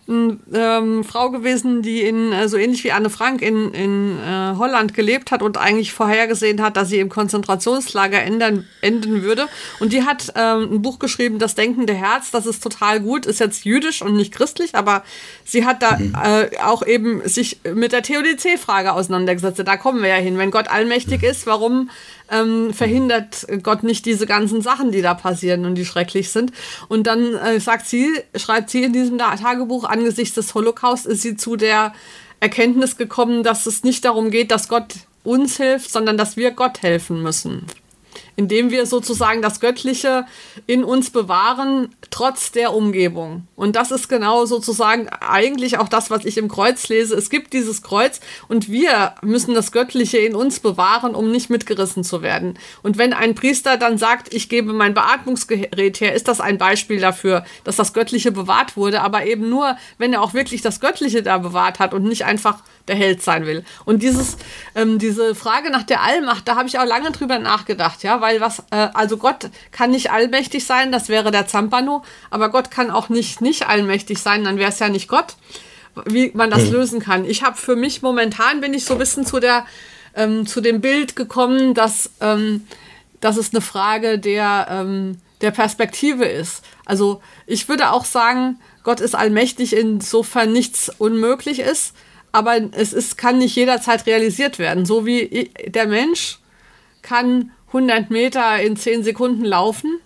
Ähm, Frau gewesen, die in äh, so ähnlich wie Anne Frank in, in äh, Holland gelebt hat und eigentlich vorhergesehen hat, dass sie im Konzentrationslager ändern, enden würde. Und die hat ähm, ein Buch geschrieben, Das denkende Herz, das ist total gut, ist jetzt jüdisch und nicht christlich, aber sie hat da mhm. äh, auch eben sich mit der Theodizee-Frage auseinandergesetzt. Da kommen wir ja hin. Wenn Gott allmächtig ist, warum ähm, verhindert Gott nicht diese ganzen Sachen, die da passieren und die schrecklich sind? Und dann äh, sagt sie, schreibt sie in diesem Tagebuch, angesichts des Holocaust ist sie zu der Erkenntnis gekommen, dass es nicht darum geht, dass Gott uns hilft, sondern dass wir Gott helfen müssen. Indem wir sozusagen das Göttliche in uns bewahren, trotz der Umgebung. Und das ist genau sozusagen eigentlich auch das, was ich im Kreuz lese. Es gibt dieses Kreuz und wir müssen das Göttliche in uns bewahren, um nicht mitgerissen zu werden. Und wenn ein Priester dann sagt, ich gebe mein Beatmungsgerät her, ist das ein Beispiel dafür, dass das Göttliche bewahrt wurde, aber eben nur, wenn er auch wirklich das Göttliche da bewahrt hat und nicht einfach der Held sein will. Und dieses, ähm, diese Frage nach der Allmacht, da habe ich auch lange drüber nachgedacht, ja, weil was, äh, also Gott kann nicht allmächtig sein, das wäre der Zampano, aber Gott kann auch nicht nicht allmächtig sein, dann wäre es ja nicht Gott, wie man das mhm. lösen kann. Ich habe für mich momentan, bin ich so ein bisschen zu der, ähm, zu dem Bild gekommen, dass, ähm, dass es eine Frage der, ähm, der Perspektive ist. Also ich würde auch sagen, Gott ist allmächtig, insofern nichts unmöglich ist, aber es ist, kann nicht jederzeit realisiert werden. So wie der Mensch kann hundert Meter in zehn Sekunden laufen,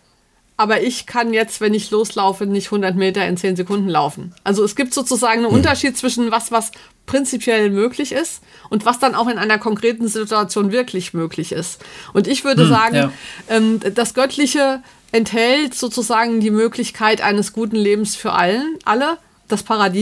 aber ich kann jetzt, wenn ich loslaufe, nicht hundert Meter in zehn Sekunden laufen. Also es gibt sozusagen einen Unterschied zwischen was, was prinzipiell möglich ist und was dann auch in einer konkreten Situation wirklich möglich ist. Und ich würde hm, sagen, ja. ähm, das Göttliche enthält sozusagen die Möglichkeit eines guten Lebens für allen, alle, das Paradies.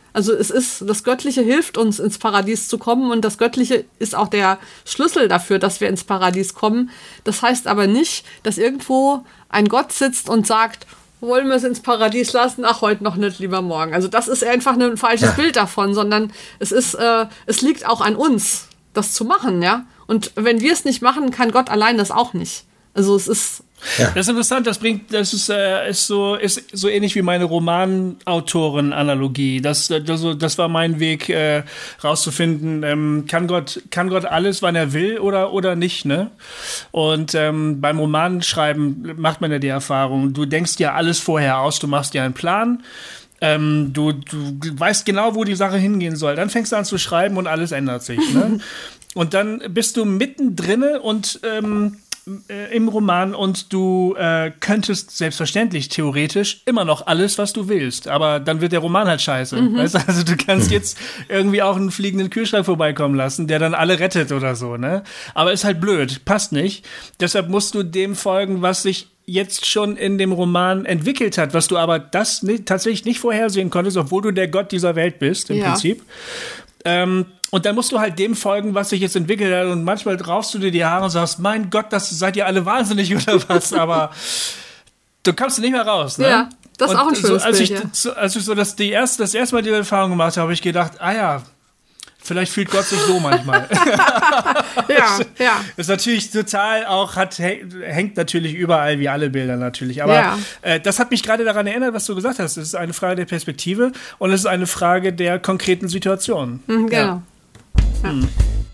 Also es ist, das Göttliche hilft uns, ins Paradies zu kommen und das Göttliche ist auch der Schlüssel dafür, dass wir ins Paradies kommen. Das heißt aber nicht, dass irgendwo ein Gott sitzt und sagt, wollen wir es ins Paradies lassen? Ach, heute noch nicht, lieber morgen. Also das ist einfach ein falsches ja. Bild davon, sondern es ist, äh, es liegt auch an uns, das zu machen, ja. Und wenn wir es nicht machen, kann Gott allein das auch nicht. Also es ist Ja. Das ist interessant, das bringt, das ist, äh, ist so, ist so ähnlich wie meine Romanautoren-Analogie. Das, das, das war mein Weg, äh, rauszufinden, ähm, kann Gott, kann Gott alles, wann er will oder, oder nicht, ne? Und, ähm, beim Romanschreiben macht man ja die Erfahrung, du denkst ja alles vorher aus, du machst ja einen Plan, ähm, du, du weißt genau, wo die Sache hingehen soll. Dann fängst du an zu schreiben und alles ändert sich, ne? Und dann bist du mittendrin und, ähm, im Roman und du äh, könntest selbstverständlich theoretisch immer noch alles, was du willst, aber dann wird der Roman halt scheiße. Mhm. Weißt du? Also du kannst jetzt irgendwie auch einen fliegenden Kühlschrank vorbeikommen lassen, der dann alle rettet oder so, ne? Aber ist halt blöd, passt nicht. Deshalb musst du dem folgen, was sich jetzt schon in dem Roman entwickelt hat, was du aber das nicht, tatsächlich nicht vorhersehen konntest, obwohl du der Gott dieser Welt bist, im ja. Prinzip. Ähm, Und dann musst du halt dem folgen, was sich jetzt entwickelt hat. Und manchmal raufst du dir die Haare und sagst, mein Gott, das seid ihr alle wahnsinnig oder was? Aber du kommst nicht mehr raus, ne? Ja, das ist und auch ein schönes so, als Bild, ich, ja. so, als ich so das, die erste, das erste Mal diese Erfahrung gemacht habe, habe ich gedacht, ah ja, vielleicht fühlt Gott sich so manchmal. ja, ja. Das ist natürlich total auch, hat, hängt natürlich überall, wie alle Bilder natürlich. Aber ja. äh, das hat mich gerade daran erinnert, was du gesagt hast. Es ist eine Frage der Perspektive und es ist eine Frage der konkreten Situation. Mhm, genau. Ja. Ja. Hm.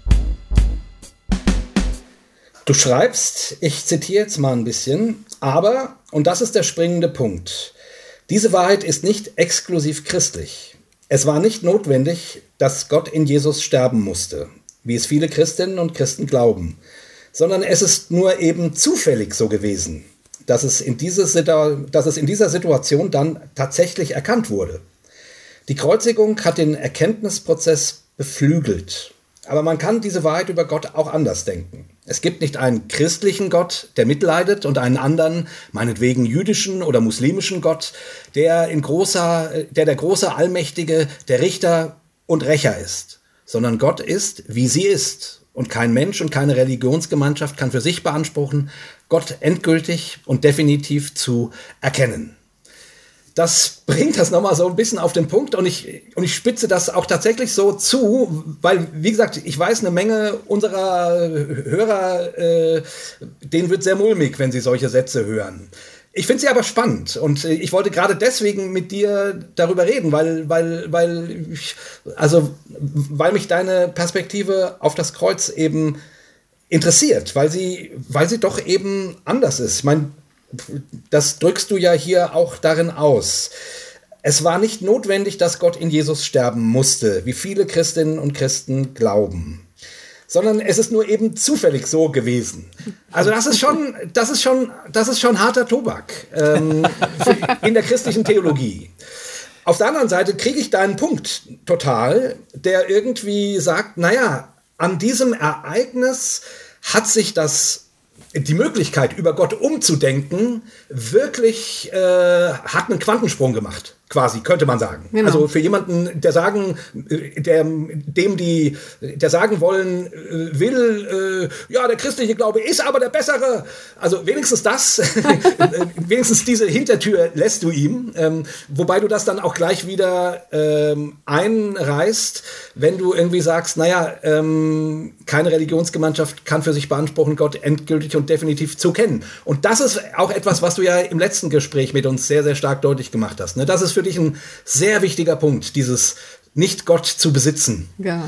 Du schreibst, ich zitiere jetzt mal ein bisschen, aber, und das ist der springende Punkt, diese Wahrheit ist nicht exklusiv christlich. Es war nicht notwendig, dass Gott in Jesus sterben musste, wie es viele Christinnen und Christen glauben, sondern es ist nur eben zufällig so gewesen, dass es in, diese, dass es in dieser Situation dann tatsächlich erkannt wurde. Die Kreuzigung hat den Erkenntnisprozess beflügelt. Aber man kann diese Wahrheit über Gott auch anders denken. Es gibt nicht einen christlichen Gott, der mitleidet, und einen anderen, meinetwegen jüdischen oder muslimischen Gott, der, in großer, der der große, allmächtige, der Richter und Rächer ist. Sondern Gott ist, wie sie ist. Und kein Mensch und keine Religionsgemeinschaft kann für sich beanspruchen, Gott endgültig und definitiv zu erkennen. Das bringt das nochmal so ein bisschen auf den Punkt und ich, und ich spitze das auch tatsächlich so zu, weil, wie gesagt, ich weiß, eine Menge unserer Hörer, äh, denen wird sehr mulmig, wenn sie solche Sätze hören. Ich finde sie aber spannend und ich wollte gerade deswegen mit dir darüber reden, weil, weil, weil, ich, also, weil mich deine Perspektive auf das Kreuz eben interessiert, weil sie, weil sie doch eben anders ist. Ich meine, das drückst du ja hier auch darin aus. Es war nicht notwendig, dass Gott in Jesus sterben musste, wie viele Christinnen und Christen glauben, sondern es ist nur eben zufällig so gewesen. Also das ist schon, das ist schon, das ist schon harter Tobak ähm, in der christlichen Theologie. Auf der anderen Seite kriege ich deinen Punkt total, der irgendwie sagt, naja, an diesem Ereignis hat sich das die Möglichkeit, über Gott umzudenken, wirklich äh, hat einen Quantensprung gemacht, quasi, könnte man sagen. Genau. Also für jemanden, der sagen, der, dem die, der sagen wollen äh, will, äh, ja, der christliche Glaube ist aber der bessere. Also wenigstens das, wenigstens diese Hintertür lässt du ihm, ähm, wobei du das dann auch gleich wieder ähm, einreißt, wenn du irgendwie sagst, naja, ähm, keine Religionsgemeinschaft kann für sich beanspruchen, Gott endgültig und definitiv zu kennen. Und das ist auch etwas, was du ja im letzten Gespräch mit uns sehr, sehr stark deutlich gemacht hast. Ne? Das ist für dich ein sehr wichtiger Punkt, dieses nicht Gott zu besitzen. Ja.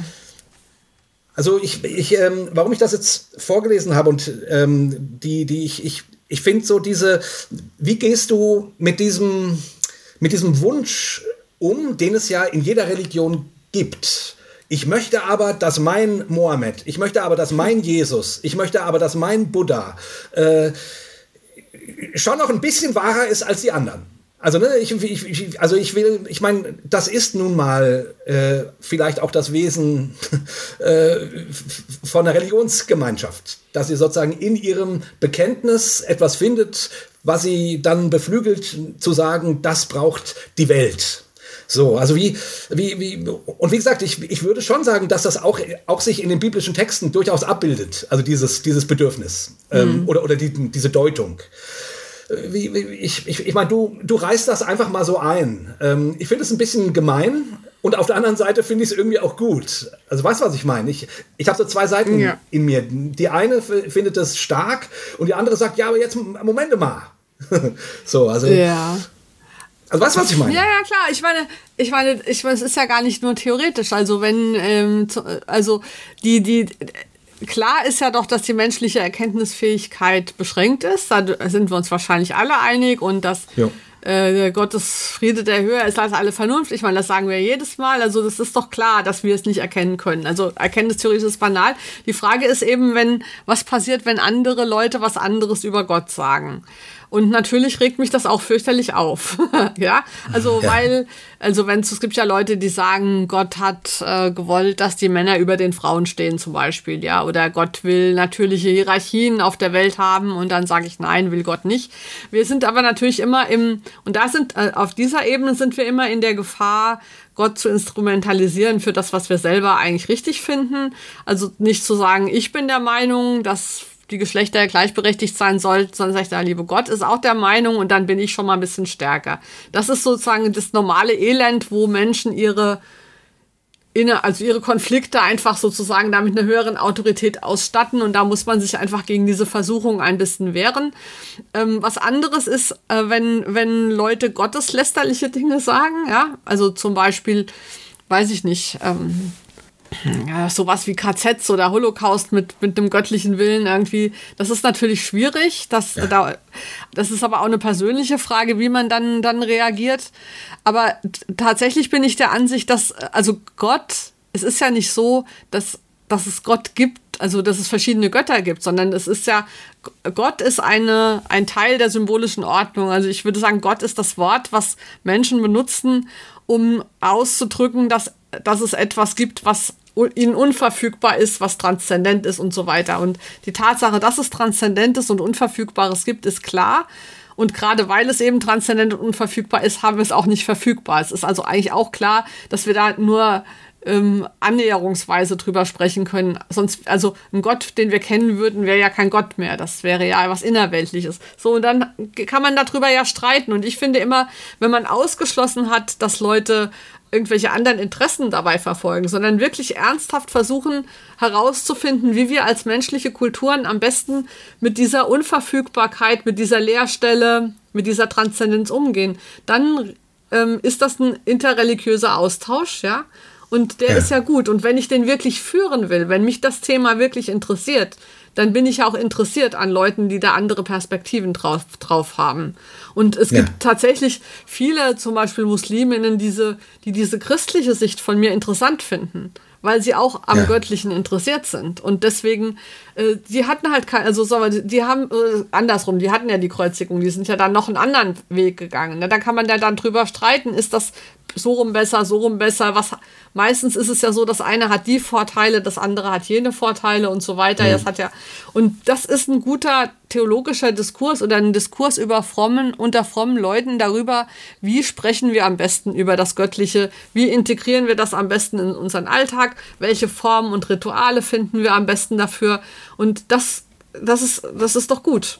Also ich, ich ähm, warum ich das jetzt vorgelesen habe und ähm, die, die ich, ich, ich finde so diese, wie gehst du mit diesem, mit diesem Wunsch um, den es ja in jeder Religion gibt? Ich möchte aber, dass mein Mohammed, ich möchte aber, dass mein Jesus, ich möchte aber, dass mein Buddha äh, schon noch ein bisschen wahrer ist als die anderen. Also, ne, ich, ich, also ich will, ich meine, das ist nun mal äh, vielleicht auch das Wesen äh, von einer Religionsgemeinschaft, dass sie sozusagen in ihrem Bekenntnis etwas findet, was sie dann beflügelt zu sagen, das braucht die Welt. So, also wie, wie, wie, und wie gesagt, ich, ich würde schon sagen, dass das auch, auch sich in den biblischen Texten durchaus abbildet, also dieses, dieses Bedürfnis, mhm. ähm, oder, oder die, diese Deutung. Wie, wie, ich ich, ich meine, du, du reißt das einfach mal so ein. Ähm, ich finde es ein bisschen gemein und auf der anderen Seite finde ich es irgendwie auch gut. Also weißt du, was ich meine? Ich, ich habe so zwei Seiten ja. in mir. Die eine f- findet es stark und die andere sagt, ja, aber jetzt, Moment mal. So, also... Ja. Also weißt du, was ich meine? Ja, ja, klar. Ich meine, ich meine, ich meine, es ist ja gar nicht nur theoretisch. Also wenn, ähm, zu, also die, die... Klar ist ja doch, dass die menschliche Erkenntnisfähigkeit beschränkt ist. Da sind wir uns wahrscheinlich alle einig. Und dass äh, Gottes Friede, der höher ist als alle Vernunft. Ich meine, das sagen wir jedes Mal. Also das ist doch klar, dass wir es nicht erkennen können. Also Erkenntnistheorie ist banal. Die Frage ist eben, wenn was passiert, wenn andere Leute was anderes über Gott sagen. Und natürlich regt mich das auch fürchterlich auf. Ja, also ja. weil, also wenn es gibt ja Leute, die sagen, Gott hat äh, gewollt, dass die Männer über den Frauen stehen zum Beispiel, ja, oder Gott will natürliche Hierarchien auf der Welt haben und dann sage ich, nein, will Gott nicht. Wir sind aber natürlich immer im, und da sind, äh, auf dieser Ebene sind wir immer in der Gefahr, Gott zu instrumentalisieren für das, was wir selber eigentlich richtig finden. Also nicht zu sagen, ich bin der Meinung, dass die Geschlechter gleichberechtigt sein sollten, sondern sagt, der liebe Gott ist auch der Meinung und dann bin ich schon mal ein bisschen stärker. Das ist sozusagen das normale Elend, wo Menschen ihre, also ihre Konflikte einfach sozusagen da mit einer höheren Autorität ausstatten und da muss man sich einfach gegen diese Versuchung ein bisschen wehren. Ähm, was anderes ist, äh, wenn, wenn Leute gotteslästerliche Dinge sagen, ja, also zum Beispiel, weiß ich nicht, ähm, ja, sowas wie K Zs oder Holocaust mit, mit einem göttlichen Willen irgendwie, das ist natürlich schwierig. Das, ja. da, das ist aber auch eine persönliche Frage, wie man dann, dann reagiert. Aber t- tatsächlich bin ich der Ansicht, dass, also Gott, es ist ja nicht so, dass, dass es Gott gibt, also dass es verschiedene Götter gibt, sondern es ist ja, Gott ist eine, ein Teil der symbolischen Ordnung. Also ich würde sagen, Gott ist das Wort, was Menschen benutzen, um auszudrücken, dass, dass es etwas gibt, was ihnen unverfügbar ist, was transzendent ist und so weiter. Und die Tatsache, dass es Transzendentes und Unverfügbares gibt, ist klar. Und gerade weil es eben transzendent und unverfügbar ist, haben wir es auch nicht verfügbar. Es ist also eigentlich auch klar, dass wir da nur ähm, annäherungsweise drüber sprechen können. Sonst, also ein Gott, den wir kennen würden, wäre ja kein Gott mehr. Das wäre ja was Innerweltliches. So, und dann kann man darüber ja streiten. Und ich finde immer, wenn man ausgeschlossen hat, dass Leute irgendwelche anderen Interessen dabei verfolgen, sondern wirklich ernsthaft versuchen herauszufinden, wie wir als menschliche Kulturen am besten mit dieser Unverfügbarkeit, mit dieser Leerstelle, mit dieser Transzendenz umgehen, dann ähm, ist das ein interreligiöser Austausch, ja, und der ja. ist ja gut. Und wenn ich den wirklich führen will, wenn mich das Thema wirklich interessiert, dann bin ich auch interessiert an Leuten, die da andere Perspektiven drauf, drauf haben. Und es ja. gibt tatsächlich viele, zum Beispiel Musliminnen, diese, die diese christliche Sicht von mir interessant finden, weil sie auch am ja. Göttlichen interessiert sind. Und deswegen, äh, die hatten halt kein, also so, die, die haben, äh, andersrum, die hatten ja die Kreuzigung, die sind ja dann noch einen anderen Weg gegangen. Da kann man ja dann drüber streiten, ist das so rum besser, so rum besser. Was, meistens ist es ja so, das eine hat die Vorteile, das andere hat jene Vorteile und so weiter. Mhm. Das hat ja, und das ist ein guter theologischer Diskurs oder ein Diskurs über frommen, unter frommen Leuten darüber, wie sprechen wir am besten über das Göttliche, wie integrieren wir das am besten in unseren Alltag, welche Formen und Rituale finden wir am besten dafür. Und das, das ist, das ist doch gut.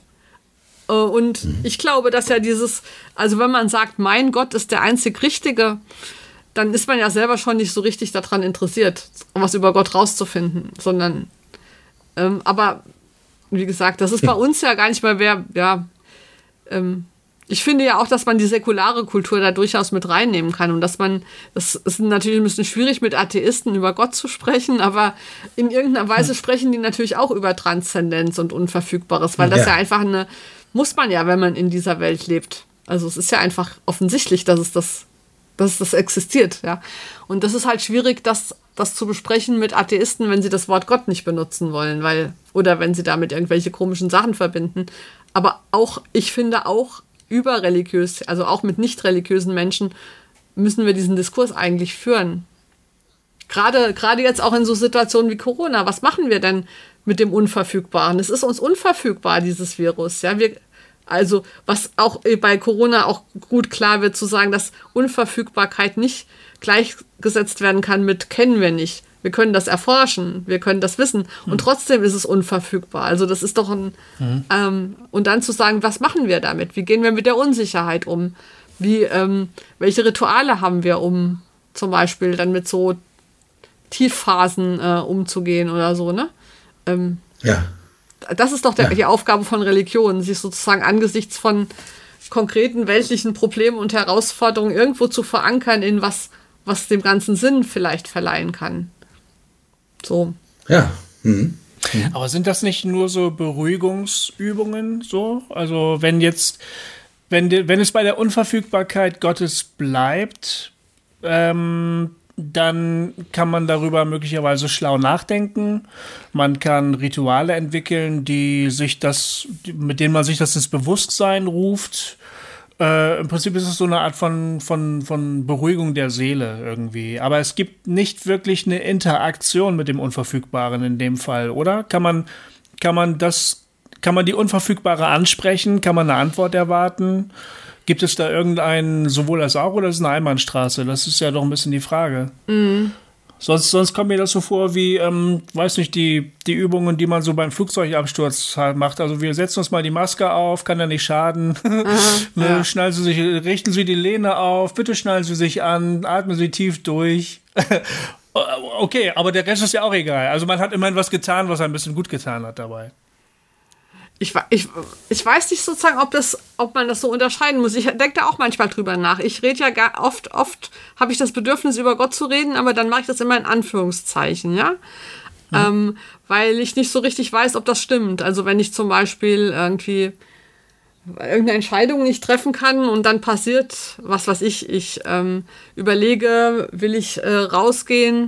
Und mhm. ich glaube, dass ja dieses, also wenn man sagt, mein Gott ist der einzig Richtige, dann ist man ja selber schon nicht so richtig daran interessiert, was über Gott rauszufinden, sondern, ähm, aber wie gesagt, das ist bei uns ja gar nicht mal wer, ja, ähm, ich finde ja auch, dass man die säkulare Kultur da durchaus mit reinnehmen kann und dass man, das ist natürlich ein bisschen schwierig mit Atheisten über Gott zu sprechen, aber in irgendeiner Weise sprechen die natürlich auch über Transzendenz und Unverfügbares, weil das ja, ja einfach eine, muss man ja, wenn man in dieser Welt lebt. Also es ist ja einfach offensichtlich, dass es das, dass das existiert, ja. Und das ist halt schwierig, das, das zu besprechen mit Atheisten, wenn sie das Wort Gott nicht benutzen wollen, weil, oder wenn sie damit irgendwelche komischen Sachen verbinden. Aber auch, ich finde auch, überreligiös, also auch mit nicht religiösen Menschen, müssen wir diesen Diskurs eigentlich führen. Gerade, gerade jetzt auch in so Situationen wie Corona. Was machen wir denn mit dem Unverfügbaren? Es ist uns unverfügbar, dieses Virus. Ja, wir, Also was auch bei Corona auch gut klar wird, zu sagen, dass Unverfügbarkeit nicht gleichgesetzt werden kann mit kennen wir nicht. Wir können das erforschen, wir können das wissen und mhm. trotzdem ist es unverfügbar. Also das ist doch ein... Mhm. Ähm, und dann zu sagen, was machen wir damit? Wie gehen wir mit der Unsicherheit um? Wie, ähm, welche Rituale haben wir, um zum Beispiel dann mit so Tiefphasen äh, umzugehen oder so, ne? Ähm, ja. Das ist doch der, ja. die Aufgabe von Religion, sich sozusagen angesichts von konkreten weltlichen Problemen und Herausforderungen irgendwo zu verankern in was, was dem ganzen Sinn vielleicht verleihen kann. So. Ja. Mhm. Mhm. Aber sind das nicht nur so Beruhigungsübungen so? Also wenn jetzt, wenn, die, wenn es bei der Unverfügbarkeit Gottes bleibt, ähm, dann kann man darüber möglicherweise schlau nachdenken. Man kann Rituale entwickeln, die sich das, mit denen man sich das ins Bewusstsein ruft. Äh, im Prinzip ist es so eine Art von, von, von Beruhigung der Seele irgendwie. Aber es gibt nicht wirklich eine Interaktion mit dem Unverfügbaren in dem Fall, oder? Kann man, kann man das, kann man die Unverfügbare ansprechen? Kann man eine Antwort erwarten? Gibt es da irgendein sowohl als auch oder ist es eine Einbahnstraße? Das ist ja doch ein bisschen die Frage. Mhm. Sonst, sonst kommt mir das so vor wie, ähm, weiß nicht, die, die Übungen, die man so beim Flugzeugabsturz halt macht. Also wir setzen uns mal die Maske auf, kann ja nicht schaden. Aha, ne, ja. Schnallen Sie sich, richten Sie die Lehne auf, bitte schnallen Sie sich an, atmen Sie tief durch. Okay, aber der Rest ist ja auch egal. Also man hat immerhin was getan, was ein bisschen gut getan hat dabei. Ich, ich, ich weiß nicht sozusagen, ob, das, ob man das so unterscheiden muss. Ich denke da auch manchmal drüber nach. Ich rede ja gar oft, oft habe ich das Bedürfnis, über Gott zu reden, aber dann mache ich das immer in Anführungszeichen, ja. Mhm. Ähm, weil ich nicht so richtig weiß, ob das stimmt. Also wenn ich zum Beispiel irgendwie irgendeine Entscheidung nicht treffen kann und dann passiert, was weiß ich, ich ähm, überlege, will ich äh, rausgehen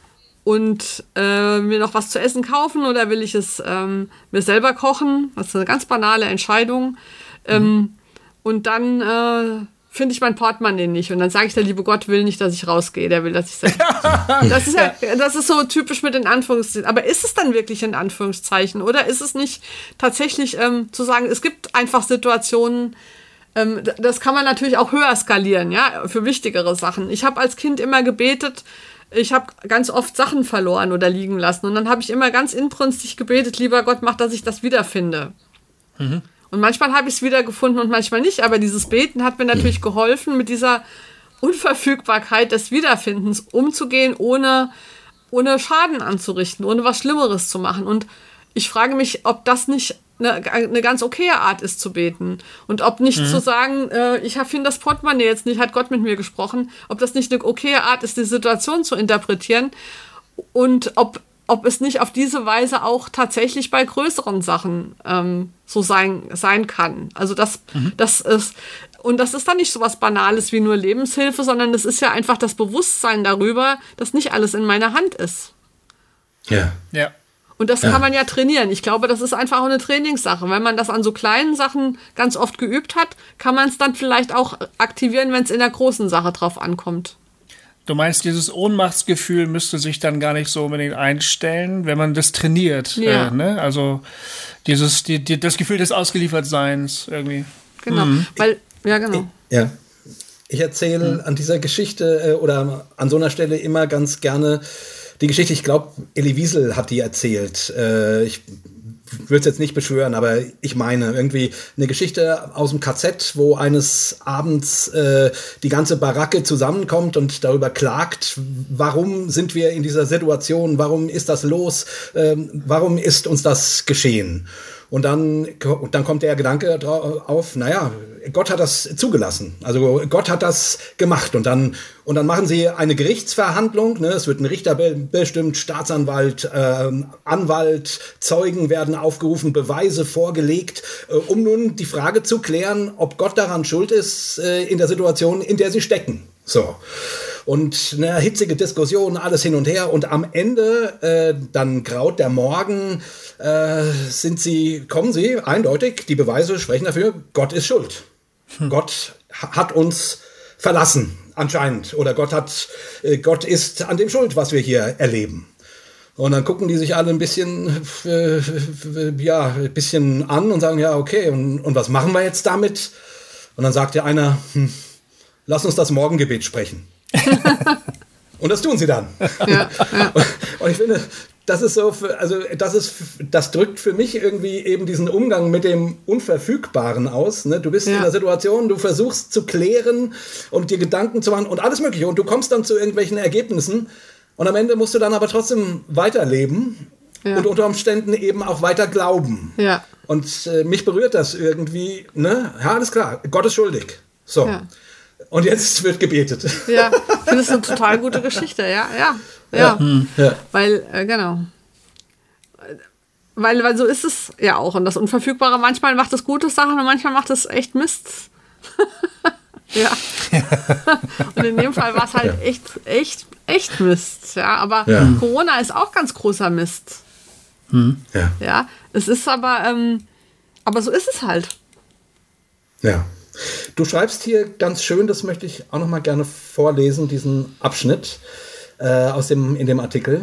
und äh, mir noch was zu essen kaufen oder will ich es ähm, mir selber kochen? Das ist eine ganz banale Entscheidung. Ähm, mhm. Und dann äh, finde ich mein Portemonnaie nicht. Und dann sage ich, der liebe Gott will nicht, dass ich rausgehe. Der will, dass ich selber... das, ist ja, das ist so typisch mit den Anführungszeichen. Aber ist es dann wirklich in Anführungszeichen? Oder ist es nicht tatsächlich ähm, zu sagen, es gibt einfach Situationen, ähm, das kann man natürlich auch höher skalieren, ja, für wichtigere Sachen. Ich habe als Kind immer gebetet, ich habe ganz oft Sachen verloren oder liegen lassen. Und dann habe ich immer ganz inbrünstig gebetet, lieber Gott, mach, dass ich das wiederfinde. Mhm. Und manchmal habe ich es wiedergefunden und manchmal nicht. Aber dieses Beten hat mir natürlich geholfen, mit dieser Unverfügbarkeit des Wiederfindens umzugehen, ohne, ohne Schaden anzurichten, ohne was Schlimmeres zu machen. Und ich frage mich, ob das nicht eine, eine ganz okaye Art ist zu beten. Und ob nicht mhm. zu sagen, äh, ich finde das Portemonnaie jetzt nicht, hat Gott mit mir gesprochen, ob das nicht eine okaye Art ist, die Situation zu interpretieren und ob, ob es nicht auf diese Weise auch tatsächlich bei größeren Sachen ähm, so sein, sein kann. Also das, mhm. das ist, und das ist dann nicht so was Banales wie nur Lebenshilfe, sondern das ist ja einfach das Bewusstsein darüber, dass nicht alles in meiner Hand ist. Ja. Ja. Und das ja. kann man ja trainieren. Ich glaube, das ist einfach auch eine Trainingssache. Wenn man das an so kleinen Sachen ganz oft geübt hat, kann man es dann vielleicht auch aktivieren, wenn es in der großen Sache drauf ankommt. Du meinst, dieses Ohnmachtsgefühl müsste sich dann gar nicht so unbedingt einstellen, wenn man das trainiert. Ja. Äh, ne? Also dieses, die, die, das Gefühl des Ausgeliefertseins irgendwie. Genau, mhm. weil, ja genau. Ja. Ich erzähle mhm. an dieser Geschichte äh, oder an so einer Stelle immer ganz gerne die Geschichte, ich glaube, Elie Wiesel hat die erzählt. Äh, ich würde es jetzt nicht beschwören, aber ich meine irgendwie eine Geschichte aus dem K Z, wo eines Abends äh, die ganze Baracke zusammenkommt und darüber klagt, warum sind wir in dieser Situation, warum ist das los, ähm, warum ist uns das geschehen? Und dann, dann kommt der Gedanke auf, naja, Gott hat das zugelassen. Also Gott hat das gemacht. Und dann, und dann machen sie eine Gerichtsverhandlung. Ne? Es wird ein Richter bestimmt, Staatsanwalt, äh, Anwalt, Zeugen werden aufgerufen, Beweise vorgelegt, äh, um nun die Frage zu klären, ob Gott daran schuld ist, äh, in der Situation, in der sie stecken. So. Und eine hitzige Diskussion, alles hin und her. Und am Ende, äh, dann graut der Morgen, äh, sind sie, kommen sie eindeutig, die Beweise sprechen dafür, Gott ist schuld. Hm. Gott hat uns verlassen, anscheinend. Oder Gott hat, äh, Gott ist an dem schuld, was wir hier erleben. Und dann gucken die sich alle ein bisschen, äh, ja, ein bisschen an und sagen, ja, okay, und, und was machen wir jetzt damit? Und dann sagt ja einer, hm, lass uns das Morgengebet sprechen. Und das tun sie dann. Ja, ja. Und ich finde, das ist so, für, also das ist, das drückt für mich irgendwie eben diesen Umgang mit dem Unverfügbaren aus. Ne? Du bist ja. in einer Situation, du versuchst zu klären und dir Gedanken zu machen und alles Mögliche. Und du kommst dann zu irgendwelchen Ergebnissen. Und am Ende musst du dann aber trotzdem weiterleben ja. und unter Umständen eben auch weiter glauben. Ja. Und äh, mich berührt das irgendwie, ne? Ja, alles klar, Gott ist schuldig. So. Ja. Und jetzt wird gebetet. Ja, ich finde es eine total gute Geschichte, ja, ja. Ja, ja. Hm. ja. Weil, äh, genau. Weil, weil so ist es ja auch. Und das Unverfügbare, manchmal macht es gute Sachen und manchmal macht es echt Mist. Ja. Und in dem Fall war es halt ja. echt, echt, echt Mist. Ja, aber ja. Corona ist auch ganz großer Mist. Hm. Ja. Ja, es ist aber, ähm, aber so ist es halt. Ja. Du schreibst hier ganz schön, das möchte ich auch noch mal gerne vorlesen, diesen Abschnitt äh, aus dem, in dem Artikel.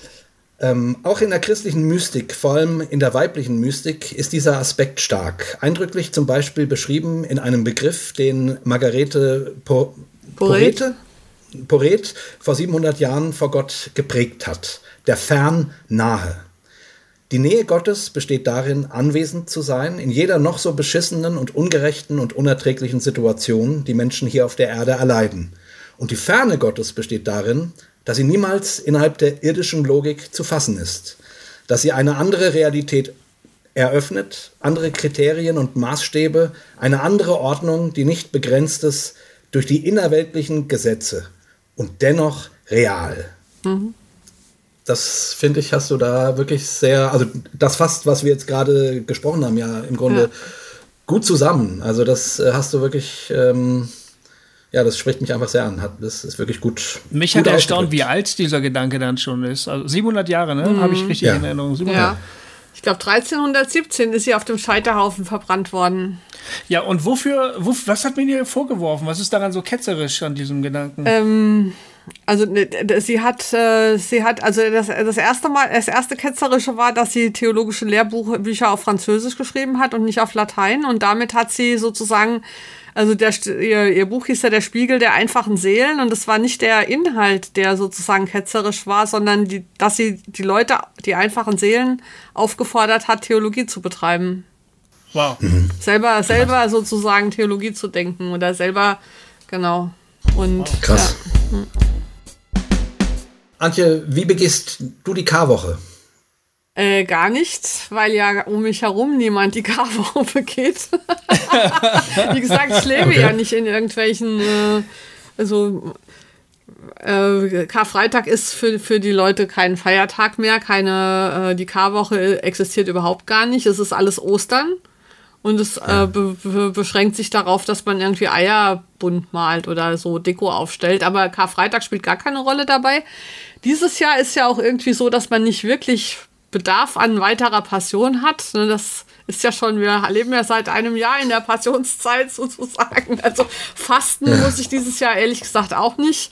Ähm, auch in der christlichen Mystik, vor allem in der weiblichen Mystik, ist dieser Aspekt stark. Eindrücklich zum Beispiel beschrieben in einem Begriff, den Margarete po Porete? Porete vor siebenhundert Jahren vor Gott geprägt hat. Der Fern-Nahe. Die Nähe Gottes besteht darin, anwesend zu sein, in jeder noch so beschissenen und ungerechten und unerträglichen Situation, die Menschen hier auf der Erde erleiden. Und die Ferne Gottes besteht darin, dass sie niemals innerhalb der irdischen Logik zu fassen ist, dass sie eine andere Realität eröffnet, andere Kriterien und Maßstäbe, eine andere Ordnung, die nicht begrenzt ist durch die innerweltlichen Gesetze und dennoch real. Mhm. Das, finde ich, hast du da wirklich sehr, also das fasst, was wir jetzt gerade gesprochen haben, ja im Grunde ja. gut zusammen. Also das äh, hast du wirklich, ähm, ja, das spricht mich einfach sehr an. Das ist wirklich gut. Mich gut hat erstaunt, wie alt dieser Gedanke dann schon ist. Also siebenhundert Jahre, ne? Mhm. Habe ich richtig ja. in Erinnerung. siebenhundert. Ja. Ich glaube, dreizehnhundertsiebzehn ist sie auf dem Scheiterhaufen verbrannt worden. Ja, und wofür, wo, was hat mir dir vorgeworfen? Was ist daran so ketzerisch an diesem Gedanken? Ähm... Also sie hat, äh, sie hat, also das, das erste Mal, das erste Ketzerische war, dass sie theologische Lehrbücher auf Französisch geschrieben hat und nicht auf Latein. Und damit hat sie sozusagen, also der, ihr, ihr Buch hieß ja Der Spiegel der einfachen Seelen. Und das war nicht der Inhalt, der sozusagen ketzerisch war, sondern die, dass sie die Leute, die einfachen Seelen, aufgefordert hat, Theologie zu betreiben. Wow. Mhm. Selber, selber sozusagen Theologie zu denken oder selber, genau. Und wow. Krass. Ja. Antje, wie begehst du die Karwoche? Äh, gar nicht, weil ja um mich herum niemand die Karwoche begeht. Wie gesagt, ich lebe okay. ja nicht in irgendwelchen, äh, also äh, Karfreitag ist für, für die Leute kein Feiertag mehr, keine, äh, die Karwoche existiert überhaupt gar nicht, es ist alles Ostern. Und es äh, be be beschränkt sich darauf, dass man irgendwie Eier bunt malt oder so Deko aufstellt. Aber Karfreitag spielt gar keine Rolle dabei. Dieses Jahr ist ja auch irgendwie so, dass man nicht wirklich Bedarf an weiterer Passion hat. Das ist ja schon, wir leben ja seit einem Jahr in der Passionszeit sozusagen. Also Fasten ja. muss ich dieses Jahr ehrlich gesagt auch nicht.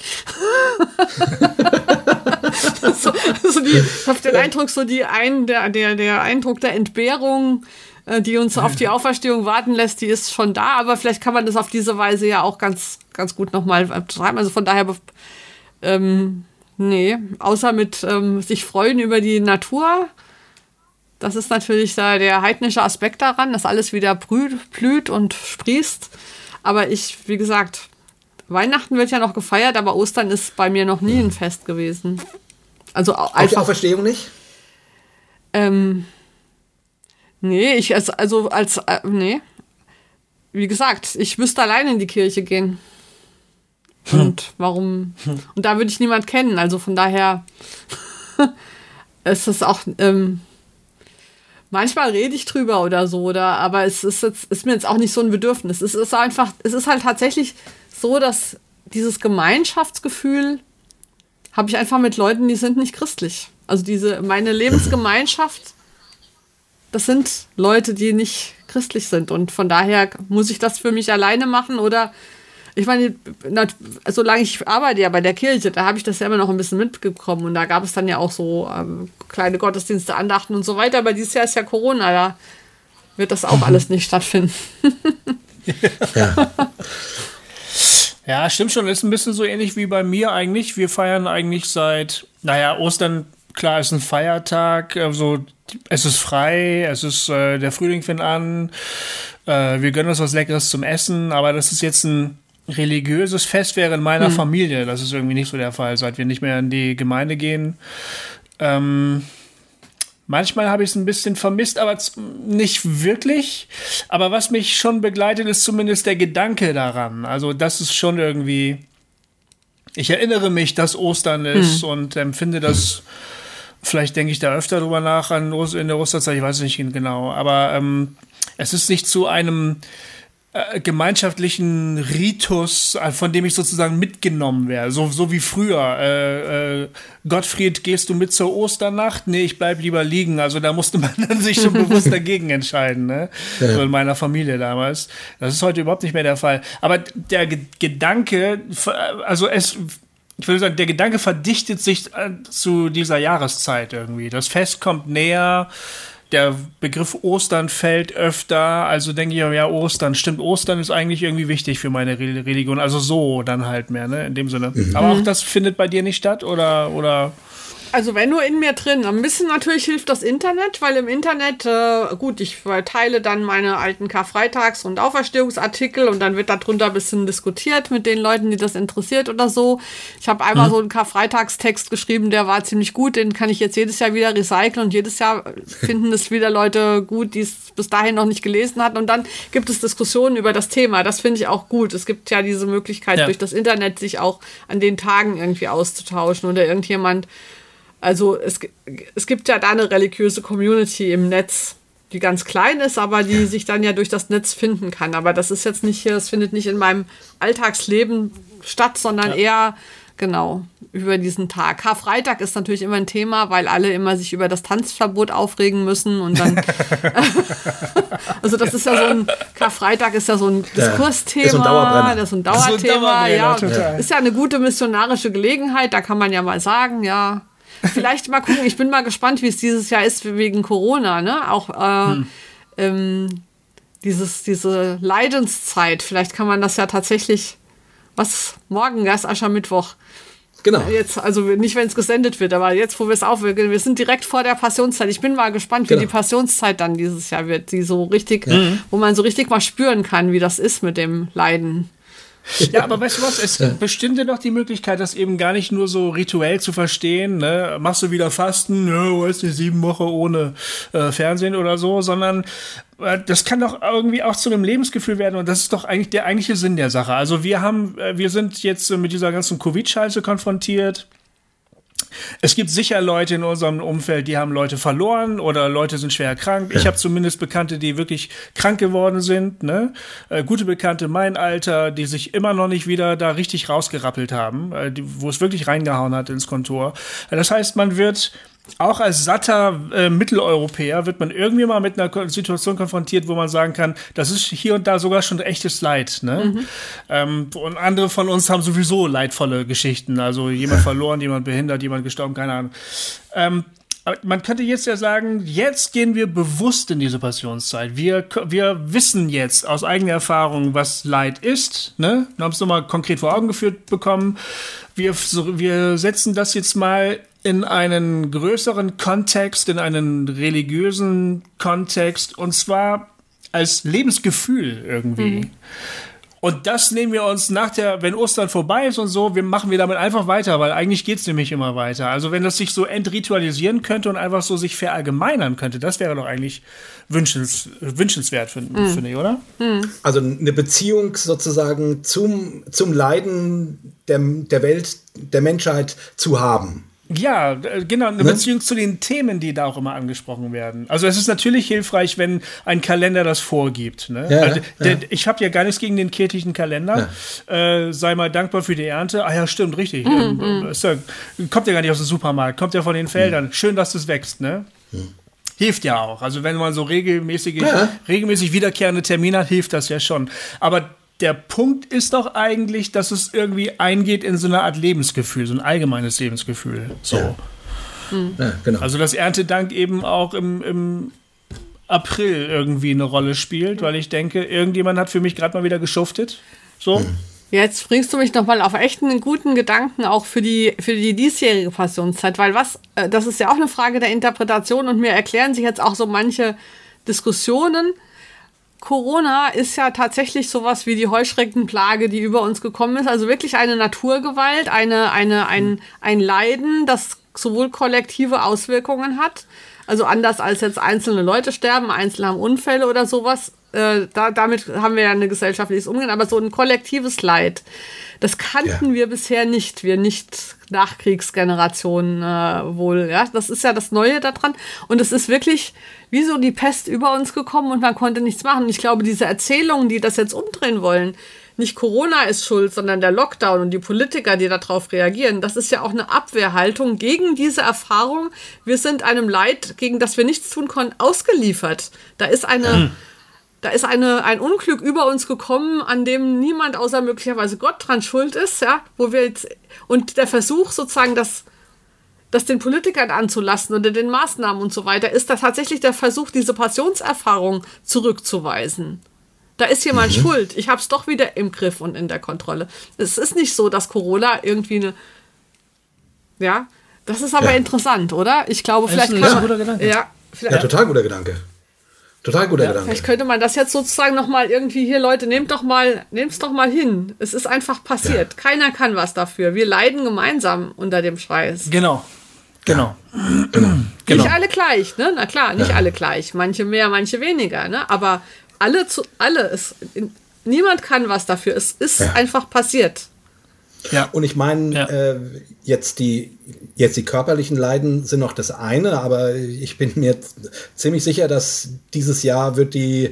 so, so die, ich habe den Eindruck, so die ein, der, der, der Eindruck der Entbehrung, die uns auf die Auferstehung warten lässt, die ist schon da, aber vielleicht kann man das auf diese Weise ja auch ganz, ganz gut nochmal betreiben. Also von daher, ähm, nee, außer mit ähm, sich freuen über die Natur, das ist natürlich da der heidnische Aspekt daran, dass alles wieder blüht, blüht und sprießt. Aber ich, wie gesagt, Weihnachten wird ja noch gefeiert, aber Ostern ist bei mir noch nie ein Fest gewesen. Also auch die Auferstehung nicht? Ähm, Nee, ich als, also als, äh, nee. Wie gesagt, ich müsste alleine in die Kirche gehen. Hm. Und warum? Hm. Und da würde ich niemand kennen. Also von daher ist es auch, ähm, manchmal rede ich drüber oder so, oder, aber es ist, jetzt, ist mir jetzt auch nicht so ein Bedürfnis. Es ist einfach, es ist halt tatsächlich so, dass dieses Gemeinschaftsgefühl habe ich einfach mit Leuten, die sind nicht christlich. Also diese, meine Lebensgemeinschaft, das sind Leute, die nicht christlich sind. Und von daher muss ich das für mich alleine machen oder ich meine, na, solange ich arbeite ja bei der Kirche, da habe ich das ja immer noch ein bisschen mitbekommen. Und da gab es dann ja auch so ähm, kleine Gottesdienste, Andachten und so weiter. Aber dieses Jahr ist ja Corona, da wird das auch alles nicht stattfinden. Ja. Ja, stimmt schon. Ist ein bisschen so ähnlich wie bei mir eigentlich. Wir feiern eigentlich seit, naja, Ostern, klar, ist ein Feiertag. Also, es ist frei, es ist, äh, der Frühling fängt an. Äh, wir gönnen uns was Leckeres zum Essen. Aber dass es jetzt ein religiöses Fest wäre in meiner hm. Familie, das ist irgendwie nicht so der Fall, seit wir nicht mehr in die Gemeinde gehen. Ähm, Manchmal habe ich es ein bisschen vermisst, aber nicht wirklich. Aber was mich schon begleitet, ist zumindest der Gedanke daran. Also das ist schon irgendwie... Ich erinnere mich, dass Ostern ist hm. und empfinde das... Vielleicht denke ich da öfter drüber nach an in der Osterzeit, ich weiß es nicht genau. Aber ähm, es ist nicht zu einem... gemeinschaftlichen Ritus, von dem ich sozusagen mitgenommen wäre, so, so wie früher. Äh, äh, Gottfried, gehst du mit zur Osternacht? Nee, ich bleib lieber liegen. Also da musste man dann sich schon bewusst dagegen entscheiden, ne? Ja. So in meiner Familie damals. Das ist heute überhaupt nicht mehr der Fall. Aber der G- Gedanke, also es, ich würde sagen, der Gedanke verdichtet sich zu dieser Jahreszeit irgendwie. Das Fest kommt näher. Der Begriff Ostern fällt öfter, also denke ich, ja, Ostern, stimmt, Ostern ist eigentlich irgendwie wichtig für meine Religion, also so dann halt mehr, ne, in dem Sinne. Mhm. Aber auch das findet bei dir nicht statt, oder, oder? Also wenn nur in mir drin. Ein bisschen natürlich hilft das Internet, weil im Internet, äh, gut, ich teile dann meine alten Karfreitags- und Auferstehungsartikel und dann wird darunter ein bisschen diskutiert mit den Leuten, die das interessiert oder so. Ich habe einmal mhm. so einen Karfreitagstext geschrieben, der war ziemlich gut, den kann ich jetzt jedes Jahr wieder recyceln und jedes Jahr finden es wieder Leute gut, die es bis dahin noch nicht gelesen hatten. Und dann gibt es Diskussionen über das Thema. Das finde ich auch gut. Es gibt ja diese Möglichkeit, ja. durch das Internet sich auch an den Tagen irgendwie auszutauschen oder irgendjemand. Also es, es gibt ja da eine religiöse Community im Netz, die ganz klein ist, aber die ja. sich dann ja durch das Netz finden kann. Aber das ist jetzt nicht hier, es findet nicht in meinem Alltagsleben statt, sondern ja. eher, genau, über diesen Tag. Karfreitag ist natürlich immer ein Thema, weil alle immer sich über das Tanzverbot aufregen müssen und dann, also das ist ja so ein, Karfreitag ist ja so ein Diskursthema, ja, ist so ein Dauerbrenner. Das ist so ein Dauerthema, ja, ja. Ist ja eine gute missionarische Gelegenheit, da kann man ja mal sagen, ja, vielleicht mal gucken, ich bin mal gespannt, wie es dieses Jahr ist wegen Corona, ne? Auch äh, hm. ähm, dieses, diese Leidenszeit, vielleicht kann man das ja tatsächlich, was morgen, erst Aschermittwoch. Genau. Jetzt, also nicht, wenn es gesendet wird, aber jetzt, wo wir es aufwirken, wir sind direkt vor der Passionszeit. Ich bin mal gespannt, genau. wie die Passionszeit dann dieses Jahr wird, die so richtig, ja. wo man so richtig mal spüren kann, wie das ist mit dem Leiden. Ja, aber weißt du was, es ja. bestünde doch die Möglichkeit, das eben gar nicht nur so rituell zu verstehen, ne? Machst du wieder Fasten, ja, weißt du, sieben Wochen ohne äh, Fernsehen oder so, sondern äh, das kann doch irgendwie auch zu einem Lebensgefühl werden und das ist doch eigentlich der eigentliche Sinn der Sache. Also wir haben, äh, wir sind jetzt äh, mit dieser ganzen Covid-Scheiße konfrontiert. Es gibt sicher Leute in unserem Umfeld, die haben Leute verloren oder Leute sind schwer krank. Ich habe zumindest Bekannte, die wirklich krank geworden sind, ne? Äh, gute Bekannte, mein Alter, die sich immer noch nicht wieder da richtig rausgerappelt haben, äh, die, wo es wirklich reingehauen hat ins Kontor. Äh, das heißt, man wird auch als satter äh, Mitteleuropäer wird man irgendwie mal mit einer Situation konfrontiert, wo man sagen kann, das ist hier und da sogar schon echtes Leid. Ne? Mhm. Ähm, und andere von uns haben sowieso leidvolle Geschichten. Also jemand verloren, jemand behindert, jemand gestorben, keine Ahnung. Ähm, aber man könnte jetzt ja sagen, jetzt gehen wir bewusst in diese Passionszeit. Wir, wir wissen jetzt aus eigener Erfahrung, was Leid ist. Ne? Wir haben es nochmal konkret vor Augen geführt bekommen. Wir, wir setzen das jetzt mal in einen größeren Kontext, in einen religiösen Kontext, und zwar als Lebensgefühl irgendwie. Mhm. Und das nehmen wir uns nach der, wenn Ostern vorbei ist und so, wir machen wir damit einfach weiter, weil eigentlich geht's nämlich immer weiter. Also wenn das sich so entritualisieren könnte und einfach so sich verallgemeinern könnte, das wäre doch eigentlich wünschens, wünschenswert, finde mhm. find ich, oder? Mhm. Also eine Beziehung sozusagen zum, zum Leiden der, der Welt, der Menschheit zu haben. Ja, genau, eine ne? Beziehung zu den Themen, die da auch immer angesprochen werden. Also es ist natürlich hilfreich, wenn ein Kalender das vorgibt. Ne? Ja, also, der, ja. Ich habe ja gar nichts gegen den kirchlichen Kalender. Ja. Äh, sei mal dankbar für die Ernte. Ah ja, stimmt, richtig. Mhm. Ähm, ist ja, kommt ja gar nicht aus dem Supermarkt, kommt ja von den Feldern. Mhm. Schön, dass es wächst, ne? Mhm. Hilft ja auch. Also wenn man so regelmäßig, ja. regelmäßig wiederkehrende Termine hat, hilft das ja schon. Aber der Punkt ist doch eigentlich, dass es irgendwie eingeht in so eine Art Lebensgefühl, so ein allgemeines Lebensgefühl. So. Ja. Mhm. Ja, genau. Also dass Erntedank eben auch im, im April irgendwie eine Rolle spielt, weil ich denke, irgendjemand hat für mich gerade mal wieder geschuftet. So. Mhm. Jetzt bringst du mich nochmal auf echt einen guten Gedanken auch für die, für die diesjährige Passionszeit, weil was, das ist ja auch eine Frage der Interpretation und mir erklären sich jetzt auch so manche Diskussionen. Corona ist ja tatsächlich sowas wie die Heuschreckenplage, die über uns gekommen ist, also wirklich eine Naturgewalt, eine, eine, ein, ein Leiden, das sowohl kollektive Auswirkungen hat, also anders als jetzt einzelne Leute sterben, Einzelne haben Unfälle oder sowas. Äh, da, damit haben wir ja ein gesellschaftliches Umgehen, aber so ein kollektives Leid, das kannten ja. wir bisher nicht, wir Nicht-Nachkriegsgenerationen äh, wohl. Ja? Das ist ja das Neue daran und es ist wirklich wie so die Pest über uns gekommen und man konnte nichts machen. Und ich glaube, diese Erzählungen, die das jetzt umdrehen wollen, nicht Corona ist schuld, sondern der Lockdown und die Politiker, die darauf reagieren, das ist ja auch eine Abwehrhaltung gegen diese Erfahrung. Wir sind einem Leid, gegen das wir nichts tun konnten, ausgeliefert. Da ist eine... Mhm. Da ist eine, ein Unglück über uns gekommen, an dem niemand außer möglicherweise Gott dran schuld ist, ja, wo wir jetzt, und der Versuch sozusagen, das, das den Politikern anzulassen oder den Maßnahmen und so weiter, ist da tatsächlich der Versuch, diese Passionserfahrung zurückzuweisen. Da ist jemand mhm. schuld. Ich habe es doch wieder im Griff und in der Kontrolle. Es ist nicht so, dass Corona irgendwie eine, ja, das ist aber ja. interessant, oder? Ich glaube, vielleicht das ist ein kann man, guter Gedanke. Ja, ja, total guter Gedanke. Total guter ja, Gedanke. Vielleicht könnte man das jetzt sozusagen nochmal irgendwie, hier Leute, nehmt doch mal, nehmt's doch mal hin. Es ist einfach passiert. Ja. Keiner kann was dafür. Wir leiden gemeinsam unter dem Scheiß. Genau. Genau. Ja. genau. Nicht genau. alle gleich, ne? Na klar, nicht ja. alle gleich. Manche mehr, manche weniger, ne? Aber alle zu, alle, es, niemand kann was dafür. Es ist ja. einfach passiert. Ja. Und ich meine, ja. äh, jetzt die jetzt die körperlichen Leiden sind noch das eine, aber ich bin mir ziemlich sicher, dass dieses Jahr wird die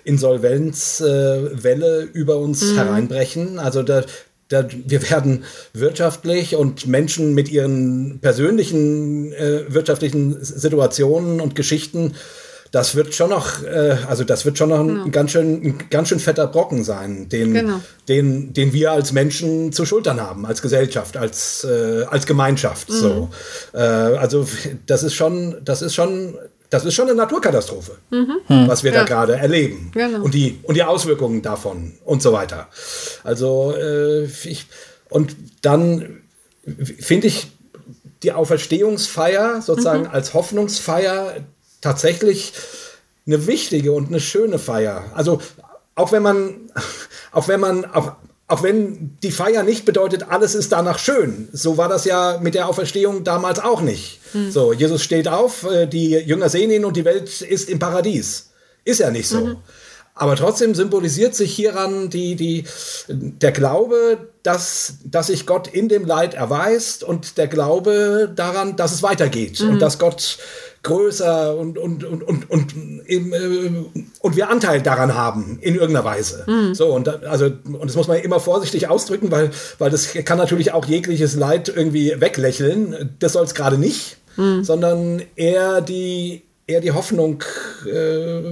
Insolvenzwelle äh, über uns mhm. hereinbrechen. Also da, da, wir werden wirtschaftlich und Menschen mit ihren persönlichen äh, wirtschaftlichen Situationen und Geschichten, das wird schon noch, äh, also das wird schon noch ein, genau. ganz schön, ein ganz schön fetter Brocken sein, den, genau. den, den wir als Menschen zu schultern haben, als Gesellschaft, als, äh, als Gemeinschaft. Mhm. So, äh, also das ist schon, das ist schon, das ist schon eine Naturkatastrophe, mhm. was wir ja. da gerade erleben genau. und die und die Auswirkungen davon und so weiter. Also äh, ich, und dann finde ich die Auferstehungsfeier sozusagen mhm. als Hoffnungsfeier tatsächlich eine wichtige und eine schöne Feier. Also auch wenn man, auch wenn man, auch, auch wenn die Feier nicht bedeutet, alles ist danach schön. So war das ja mit der Auferstehung damals auch nicht. Mhm. So, Jesus steht auf, die Jünger sehen ihn und die Welt ist im Paradies. Ist ja nicht so. Mhm. Aber trotzdem symbolisiert sich hieran die, die, der Glaube, dass, dass sich Gott in dem Leid erweist und der Glaube daran, dass es weitergeht mhm. und dass Gott größer und, und, und, und, und, und, und wir Anteil daran haben in irgendeiner Weise. Mhm. So, und, also, und das muss man immer vorsichtig ausdrücken, weil, weil das kann natürlich auch jegliches Leid irgendwie weglächeln. Das soll es gerade nicht, mhm. sondern eher die, eher die Hoffnung äh,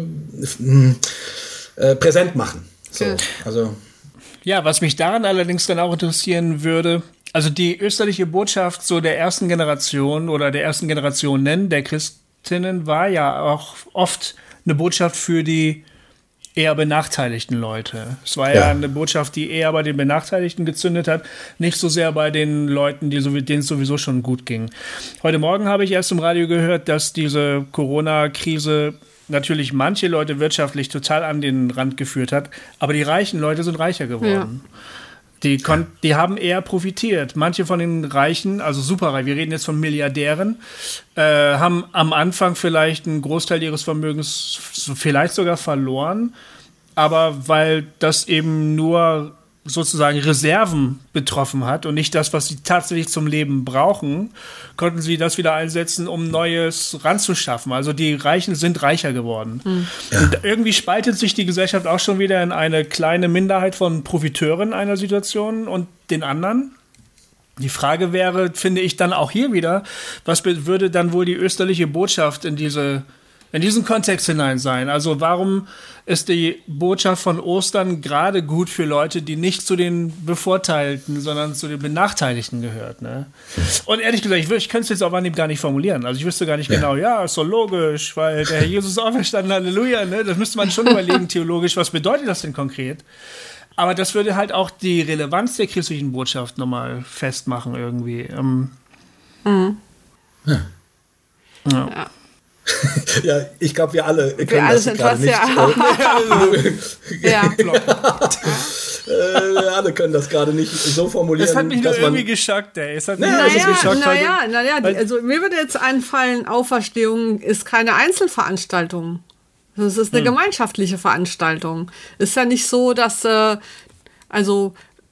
äh, präsent machen. So, okay. also. Ja, was mich daran allerdings dann auch interessieren würde, also die österliche Botschaft so der ersten Generation oder der ersten Generationen der Christinnen war ja auch oft eine Botschaft für die eher benachteiligten Leute. Es war ja, ja eine Botschaft, die eher bei den Benachteiligten gezündet hat, nicht so sehr bei den Leuten, die so, denen es sowieso schon gut ging. Heute Morgen habe ich erst im Radio gehört, dass diese Corona-Krise natürlich manche Leute wirtschaftlich total an den Rand geführt hat, aber die reichen Leute sind reicher geworden. Ja. Die, kon- die haben eher profitiert. Manche von den Reichen, also superreich, wir reden jetzt von Milliardären, äh, haben am Anfang vielleicht einen Großteil ihres Vermögens vielleicht sogar verloren, aber weil das eben nur sozusagen Reserven betroffen hat und nicht das, was sie tatsächlich zum Leben brauchen, konnten sie das wieder einsetzen, um Neues ranzuschaffen. Also die Reichen sind reicher geworden. Mhm. Ja. Und irgendwie spaltet sich die Gesellschaft auch schon wieder in eine kleine Minderheit von Profiteuren einer Situation und den anderen. Die Frage wäre, finde ich dann auch hier wieder, was würde dann wohl die österliche Botschaft in diese in diesen Kontext hinein sein. Also warum ist die Botschaft von Ostern gerade gut für Leute, die nicht zu den Bevorteilten, sondern zu den Benachteiligten gehört? Ne? Und ehrlich gesagt, ich, ich könnte es jetzt auf Anhieb gar nicht formulieren. Also ich wüsste gar nicht ja. genau, ja, ist so logisch, weil der Herr Jesus ist auferstanden, Halleluja. Ne? Das müsste man schon überlegen, theologisch, was bedeutet das denn konkret? Aber das würde halt auch die Relevanz der christlichen Botschaft nochmal festmachen irgendwie. Ähm, mhm. ja. ja. ja. Ja, ich glaube, wir alle können wir das gerade nicht. Äh, ja. äh, wir alle können das gerade nicht so formulieren. Das hat mich nur dass man irgendwie geschockt, ey. Es hat mich naja, naja, geschockt. Naja, naja, die, also mir würde jetzt einfallen, Auferstehung ist keine Einzelveranstaltung. Das ist eine hm. gemeinschaftliche Veranstaltung. Ist ja nicht so, dass, äh, also,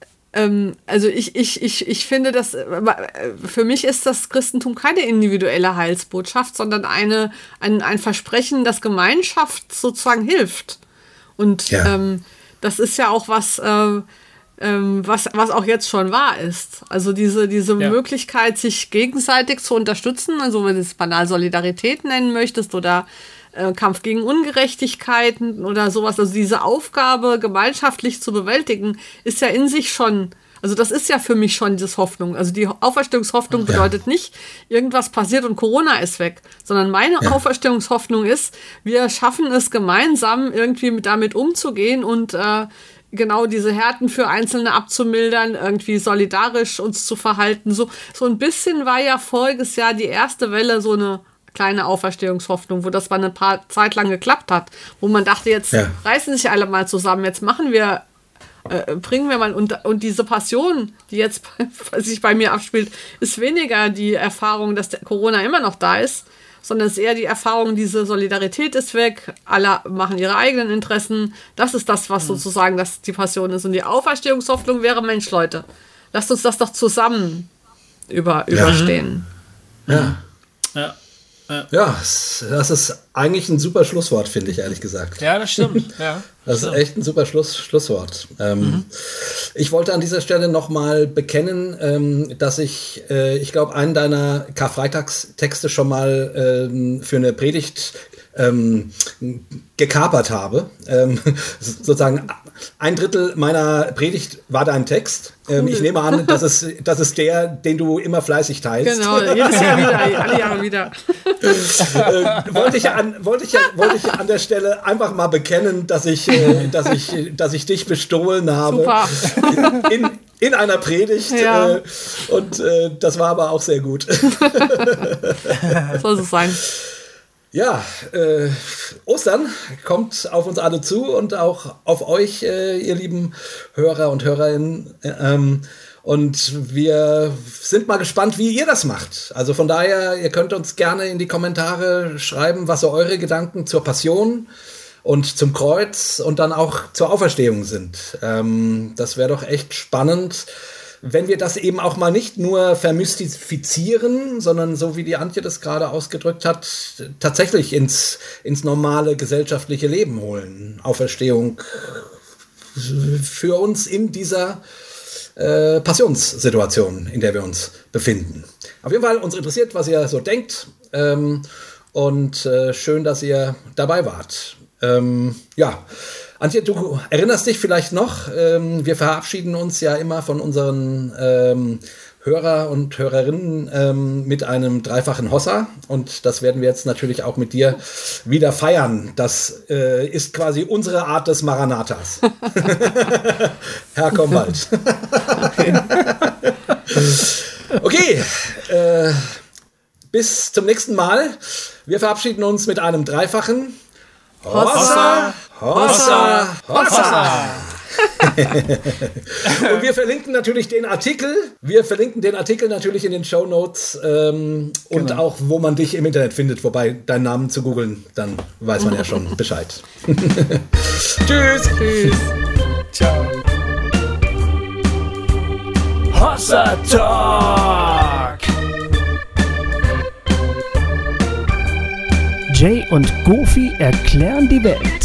Also ich, ich, ich, ich finde, dass für mich ist das Christentum keine individuelle Heilsbotschaft, sondern eine, ein, ein Versprechen, das Gemeinschaft sozusagen hilft. Und ja. ähm, das ist ja auch was, äh, ähm, was, was auch jetzt schon wahr ist. Also diese, diese ja. Möglichkeit, sich gegenseitig zu unterstützen, also wenn du es banal Solidarität nennen möchtest oder äh, Kampf gegen Ungerechtigkeiten oder sowas, also diese Aufgabe gemeinschaftlich zu bewältigen, ist ja in sich schon, also das ist ja für mich schon diese Hoffnung. Also die Auferstehungshoffnung ja. bedeutet nicht, irgendwas passiert und Corona ist weg, sondern meine ja. Auferstehungshoffnung ist, wir schaffen es gemeinsam irgendwie mit, damit umzugehen und äh, genau diese Härten für Einzelne abzumildern, irgendwie solidarisch uns zu verhalten. So, so ein bisschen war ja voriges Jahr die erste Welle so eine kleine Auferstehungshoffnung, wo das mal eine paar Zeit lang geklappt hat, wo man dachte, jetzt ja. reißen sich alle mal zusammen, jetzt machen wir, äh, bringen wir mal, und, und diese Passion, die jetzt sich bei mir abspielt, ist weniger die Erfahrung, dass der Corona immer noch da ist, sondern es ist eher die Erfahrung, diese Solidarität ist weg, alle machen ihre eigenen Interessen, das ist das, was mhm. sozusagen das die Passion ist. Und die Auferstehungshoffnung wäre, Mensch, Leute, lasst uns das doch zusammen über, ja. überstehen. Ja. Ja. Ja. ja, das ist eigentlich ein super Schlusswort, finde ich, ehrlich gesagt. Ja, das stimmt. Ja, das ist echt ein super Schluss, Schlusswort. Ähm, mhm. Ich wollte an dieser Stelle nochmal bekennen, ähm, dass ich, äh, ich glaube, einen deiner Karfreitagstexte schon mal ähm, für eine Predigt ähm, gekapert habe. Ähm, sozusagen ein Drittel meiner Predigt war dein Text. Ähm, ich nehme an, das ist, das ist der, den du immer fleißig teilst. Genau, jedes Jahr wieder, alle Jahre wieder. äh, wollte, ich an, wollte, ich, wollte ich an der Stelle einfach mal bekennen, dass ich, äh, dass ich, dass ich dich bestohlen habe. Super. In, in einer Predigt. Ja. Äh, und äh, das war aber auch sehr gut. Soll es sein. Ja, äh, Ostern kommt auf uns alle zu und auch auf euch, äh, ihr lieben Hörer und Hörerinnen. Ähm, und wir sind mal gespannt, wie ihr das macht. Also von daher, ihr könnt uns gerne in die Kommentare schreiben, was so eure Gedanken zur Passion und zum Kreuz und dann auch zur Auferstehung sind. Ähm, das wäre doch echt spannend, wenn wir das eben auch mal nicht nur vermystifizieren, sondern so wie die Antje das gerade ausgedrückt hat, tatsächlich ins, ins normale gesellschaftliche Leben holen. Auferstehung für uns in dieser äh, Passionssituation, in der wir uns befinden. Auf jeden Fall, uns interessiert, was ihr so denkt, ähm, und äh, schön, dass ihr dabei wart. Ähm, ja, Antje, du erinnerst dich vielleicht noch, ähm, wir verabschieden uns ja immer von unseren ähm, Hörer und Hörerinnen ähm, mit einem dreifachen Hossa, und das werden wir jetzt natürlich auch mit dir wieder feiern. Das äh, ist quasi unsere Art des Maranatas. Herr, komm bald. Okay, okay äh, bis zum nächsten Mal. Wir verabschieden uns mit einem dreifachen Hossa, Hossa, Hossa. Und wir verlinken natürlich den Artikel. Wir verlinken den Artikel natürlich in den Shownotes ähm, und genau. auch, wo man dich im Internet findet. Wobei, deinen Namen zu googeln, dann weiß man ja schon Bescheid. Tschüss. Tschüss. Ciao. Hossa Talk. Jay und Goofy erklären die Welt.